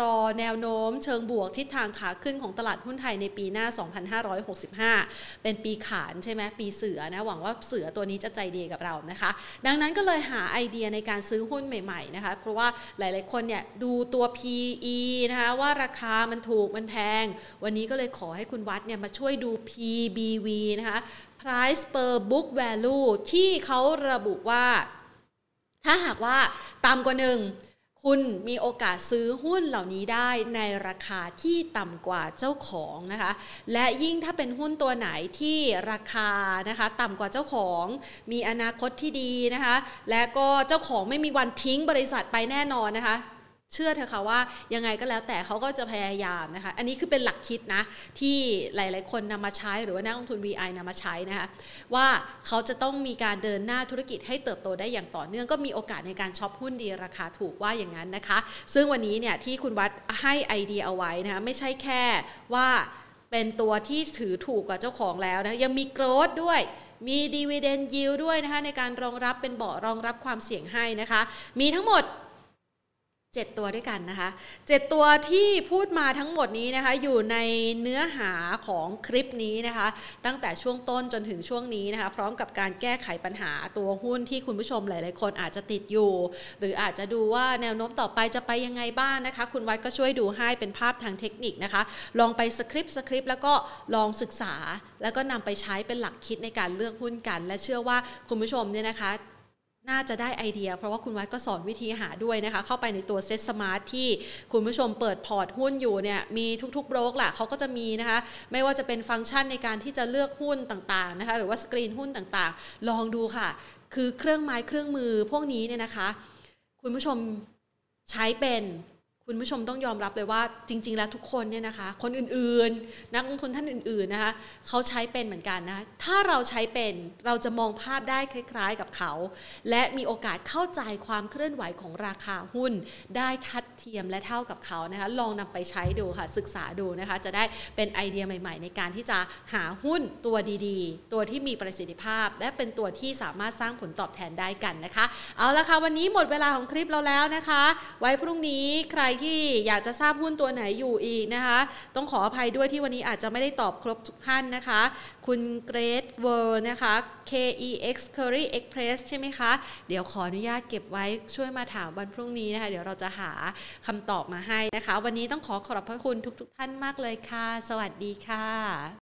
S1: อแนวโน้มเชิงบวกทิศทางขาขึ้นของตลาดหุ้นไทยในปีหน้าสองพันห้าร้อยหกสิบห้าเป็นปีขานใช่ไหมปีเสือนะหวังว่าเสือตัวนี้จะใจดีกับเรานะคะดังนั้นก็เลยหาไอเดียในการซื้อหุ้นใหม่ๆนะคะเพราะว่าหลายๆคนเนี่ยดูตัว พี อี นะคะว่าราคามันถูกมันแพงวันนี้ก็เลยขอให้คุณวัดเนี่ยมาช่วยดู พี บี วี นะคะ Price per book value ที่เขาระบุว่าถ้าหากว่าต่ำกว่าหนึ่งคุณมีโอกาสซื้อหุ้นเหล่านี้ได้ในราคาที่ต่ำกว่าเจ้าของนะคะและยิ่งถ้าเป็นหุ้นตัวไหนที่ราคานะคะต่ำกว่าเจ้าของมีอนาคตที่ดีนะคะและก็เจ้าของไม่มีวันทิ้งบริษัทไปแน่นอนนะคะเชื่อเถอะค่ะว่ายังไงก็แล้วแต่เขาก็จะพยายามนะคะอันนี้คือเป็นหลักคิดนะที่หลายๆคนนำมาใช้หรือว่านักลงทุน วี ไอ นำมาใช้นะคะว่าเขาจะต้องมีการเดินหน้าธุรกิจให้เติบโตได้อย่างต่อเนื่องก็มีโอกาสในการช็อปหุ้นดีราคาถูกว่าอย่างนั้นนะคะซึ่งวันนี้เนี่ยที่คุณวัดให้ไอเดียเอาไว้นะคะไม่ใช่แค่ว่าเป็นตัวที่ถือถูกกว่าเจ้าของแล้วนะยังมีโกรธด้วยมี dividend yield ด้วยนะคะในการรองรับเป็นเบาะรองรับความเสี่ยงให้นะคะมีทั้งหมดเจ็ดตัวด้วยกันนะคะเจ็ดตัวที่พูดมาทั้งหมดนี้นะคะอยู่ในเนื้อหาของคลิปนี้นะคะตั้งแต่ช่วงต้นจนถึงช่วงนี้นะคะพร้อมกับการแก้ไขปัญหาตัวหุ้นที่คุณผู้ชมหลายๆคนอาจจะติดอยู่หรืออาจจะดูว่าแนวโน้มต่อไปจะไปยังไงบ้างนะคะคุณวัดก็ช่วยดูให้เป็นภาพทางเทคนิคนะคะลองไปสคริปต์สคริปต์แล้วก็ลองศึกษาแล้วก็นำไปใช้เป็นหลักคิดในการเลือกหุ้นกันและเชื่อว่าคุณผู้ชมเนี่ยนะคะน่าจะได้ไอเดียเพราะว่าคุณวัดก็สอนวิธีหาด้วยนะคะเข้าไปในตัวเซ็ตสมาร์ทที่คุณผู้ชมเปิดพอร์ตหุ้นอยู่เนี่ยมีทุกๆโบรกแหละเขาก็จะมีนะคะไม่ว่าจะเป็นฟังก์ชันในการที่จะเลือกหุ้นต่างๆนะคะหรือว่าสกรีนหุ้นต่างๆลองดูค่ะคือเครื่องไม้เครื่องมือพวกนี้เนี่ยนะคะคุณผู้ชมใช้เป็นคุณผู้ชมต้องยอมรับเลยว่าจริงๆแล้วทุกคนเนี่ยนะคะคนอื่นๆนักลงทุนท่านอื่นๆนะคะเขาใช้เป็นเหมือนกันนะถ้าเราใช้เป็นเราจะมองภาพได้คล้ายๆกับเขาและมีโอกาสเข้าใจความเคลื่อนไหวของราคาหุ้นได้ทัดเทียมและเท่ากับเขานะคะลองนำไปใช้ดูค่ะศึกษาดูนะคะจะได้เป็นไอเดียใหม่ๆในการที่จะหาหุ้นตัวดีๆตัวที่มีประสิทธิภาพและเป็นตัวที่สามารถสร้างผลตอบแทนได้กันนะคะเอาละค่ะวันนี้หมดเวลาของคลิปเราแล้วนะคะไว้พรุ่งนี้ใครที่อยากจะทราบหุ้นตัวไหนอยู่อีกนะคะต้องขออภัยด้วยที่วันนี้อาจจะไม่ได้ตอบครบทุกท่านนะคะคุณเกรทเวิร์นะคะ เค อี เอ็กซ์ Curry Express ใช่ไหมคะเดี๋ยวขออนุญาตเก็บไว้ช่วยมาถามวันพรุ่งนี้นะคะเดี๋ยวเราจะหาคำตอบมาให้นะคะวันนี้ต้องขอขอบพระคุณทุกๆท่านมากเลยค่ะสวัสดีค่ะ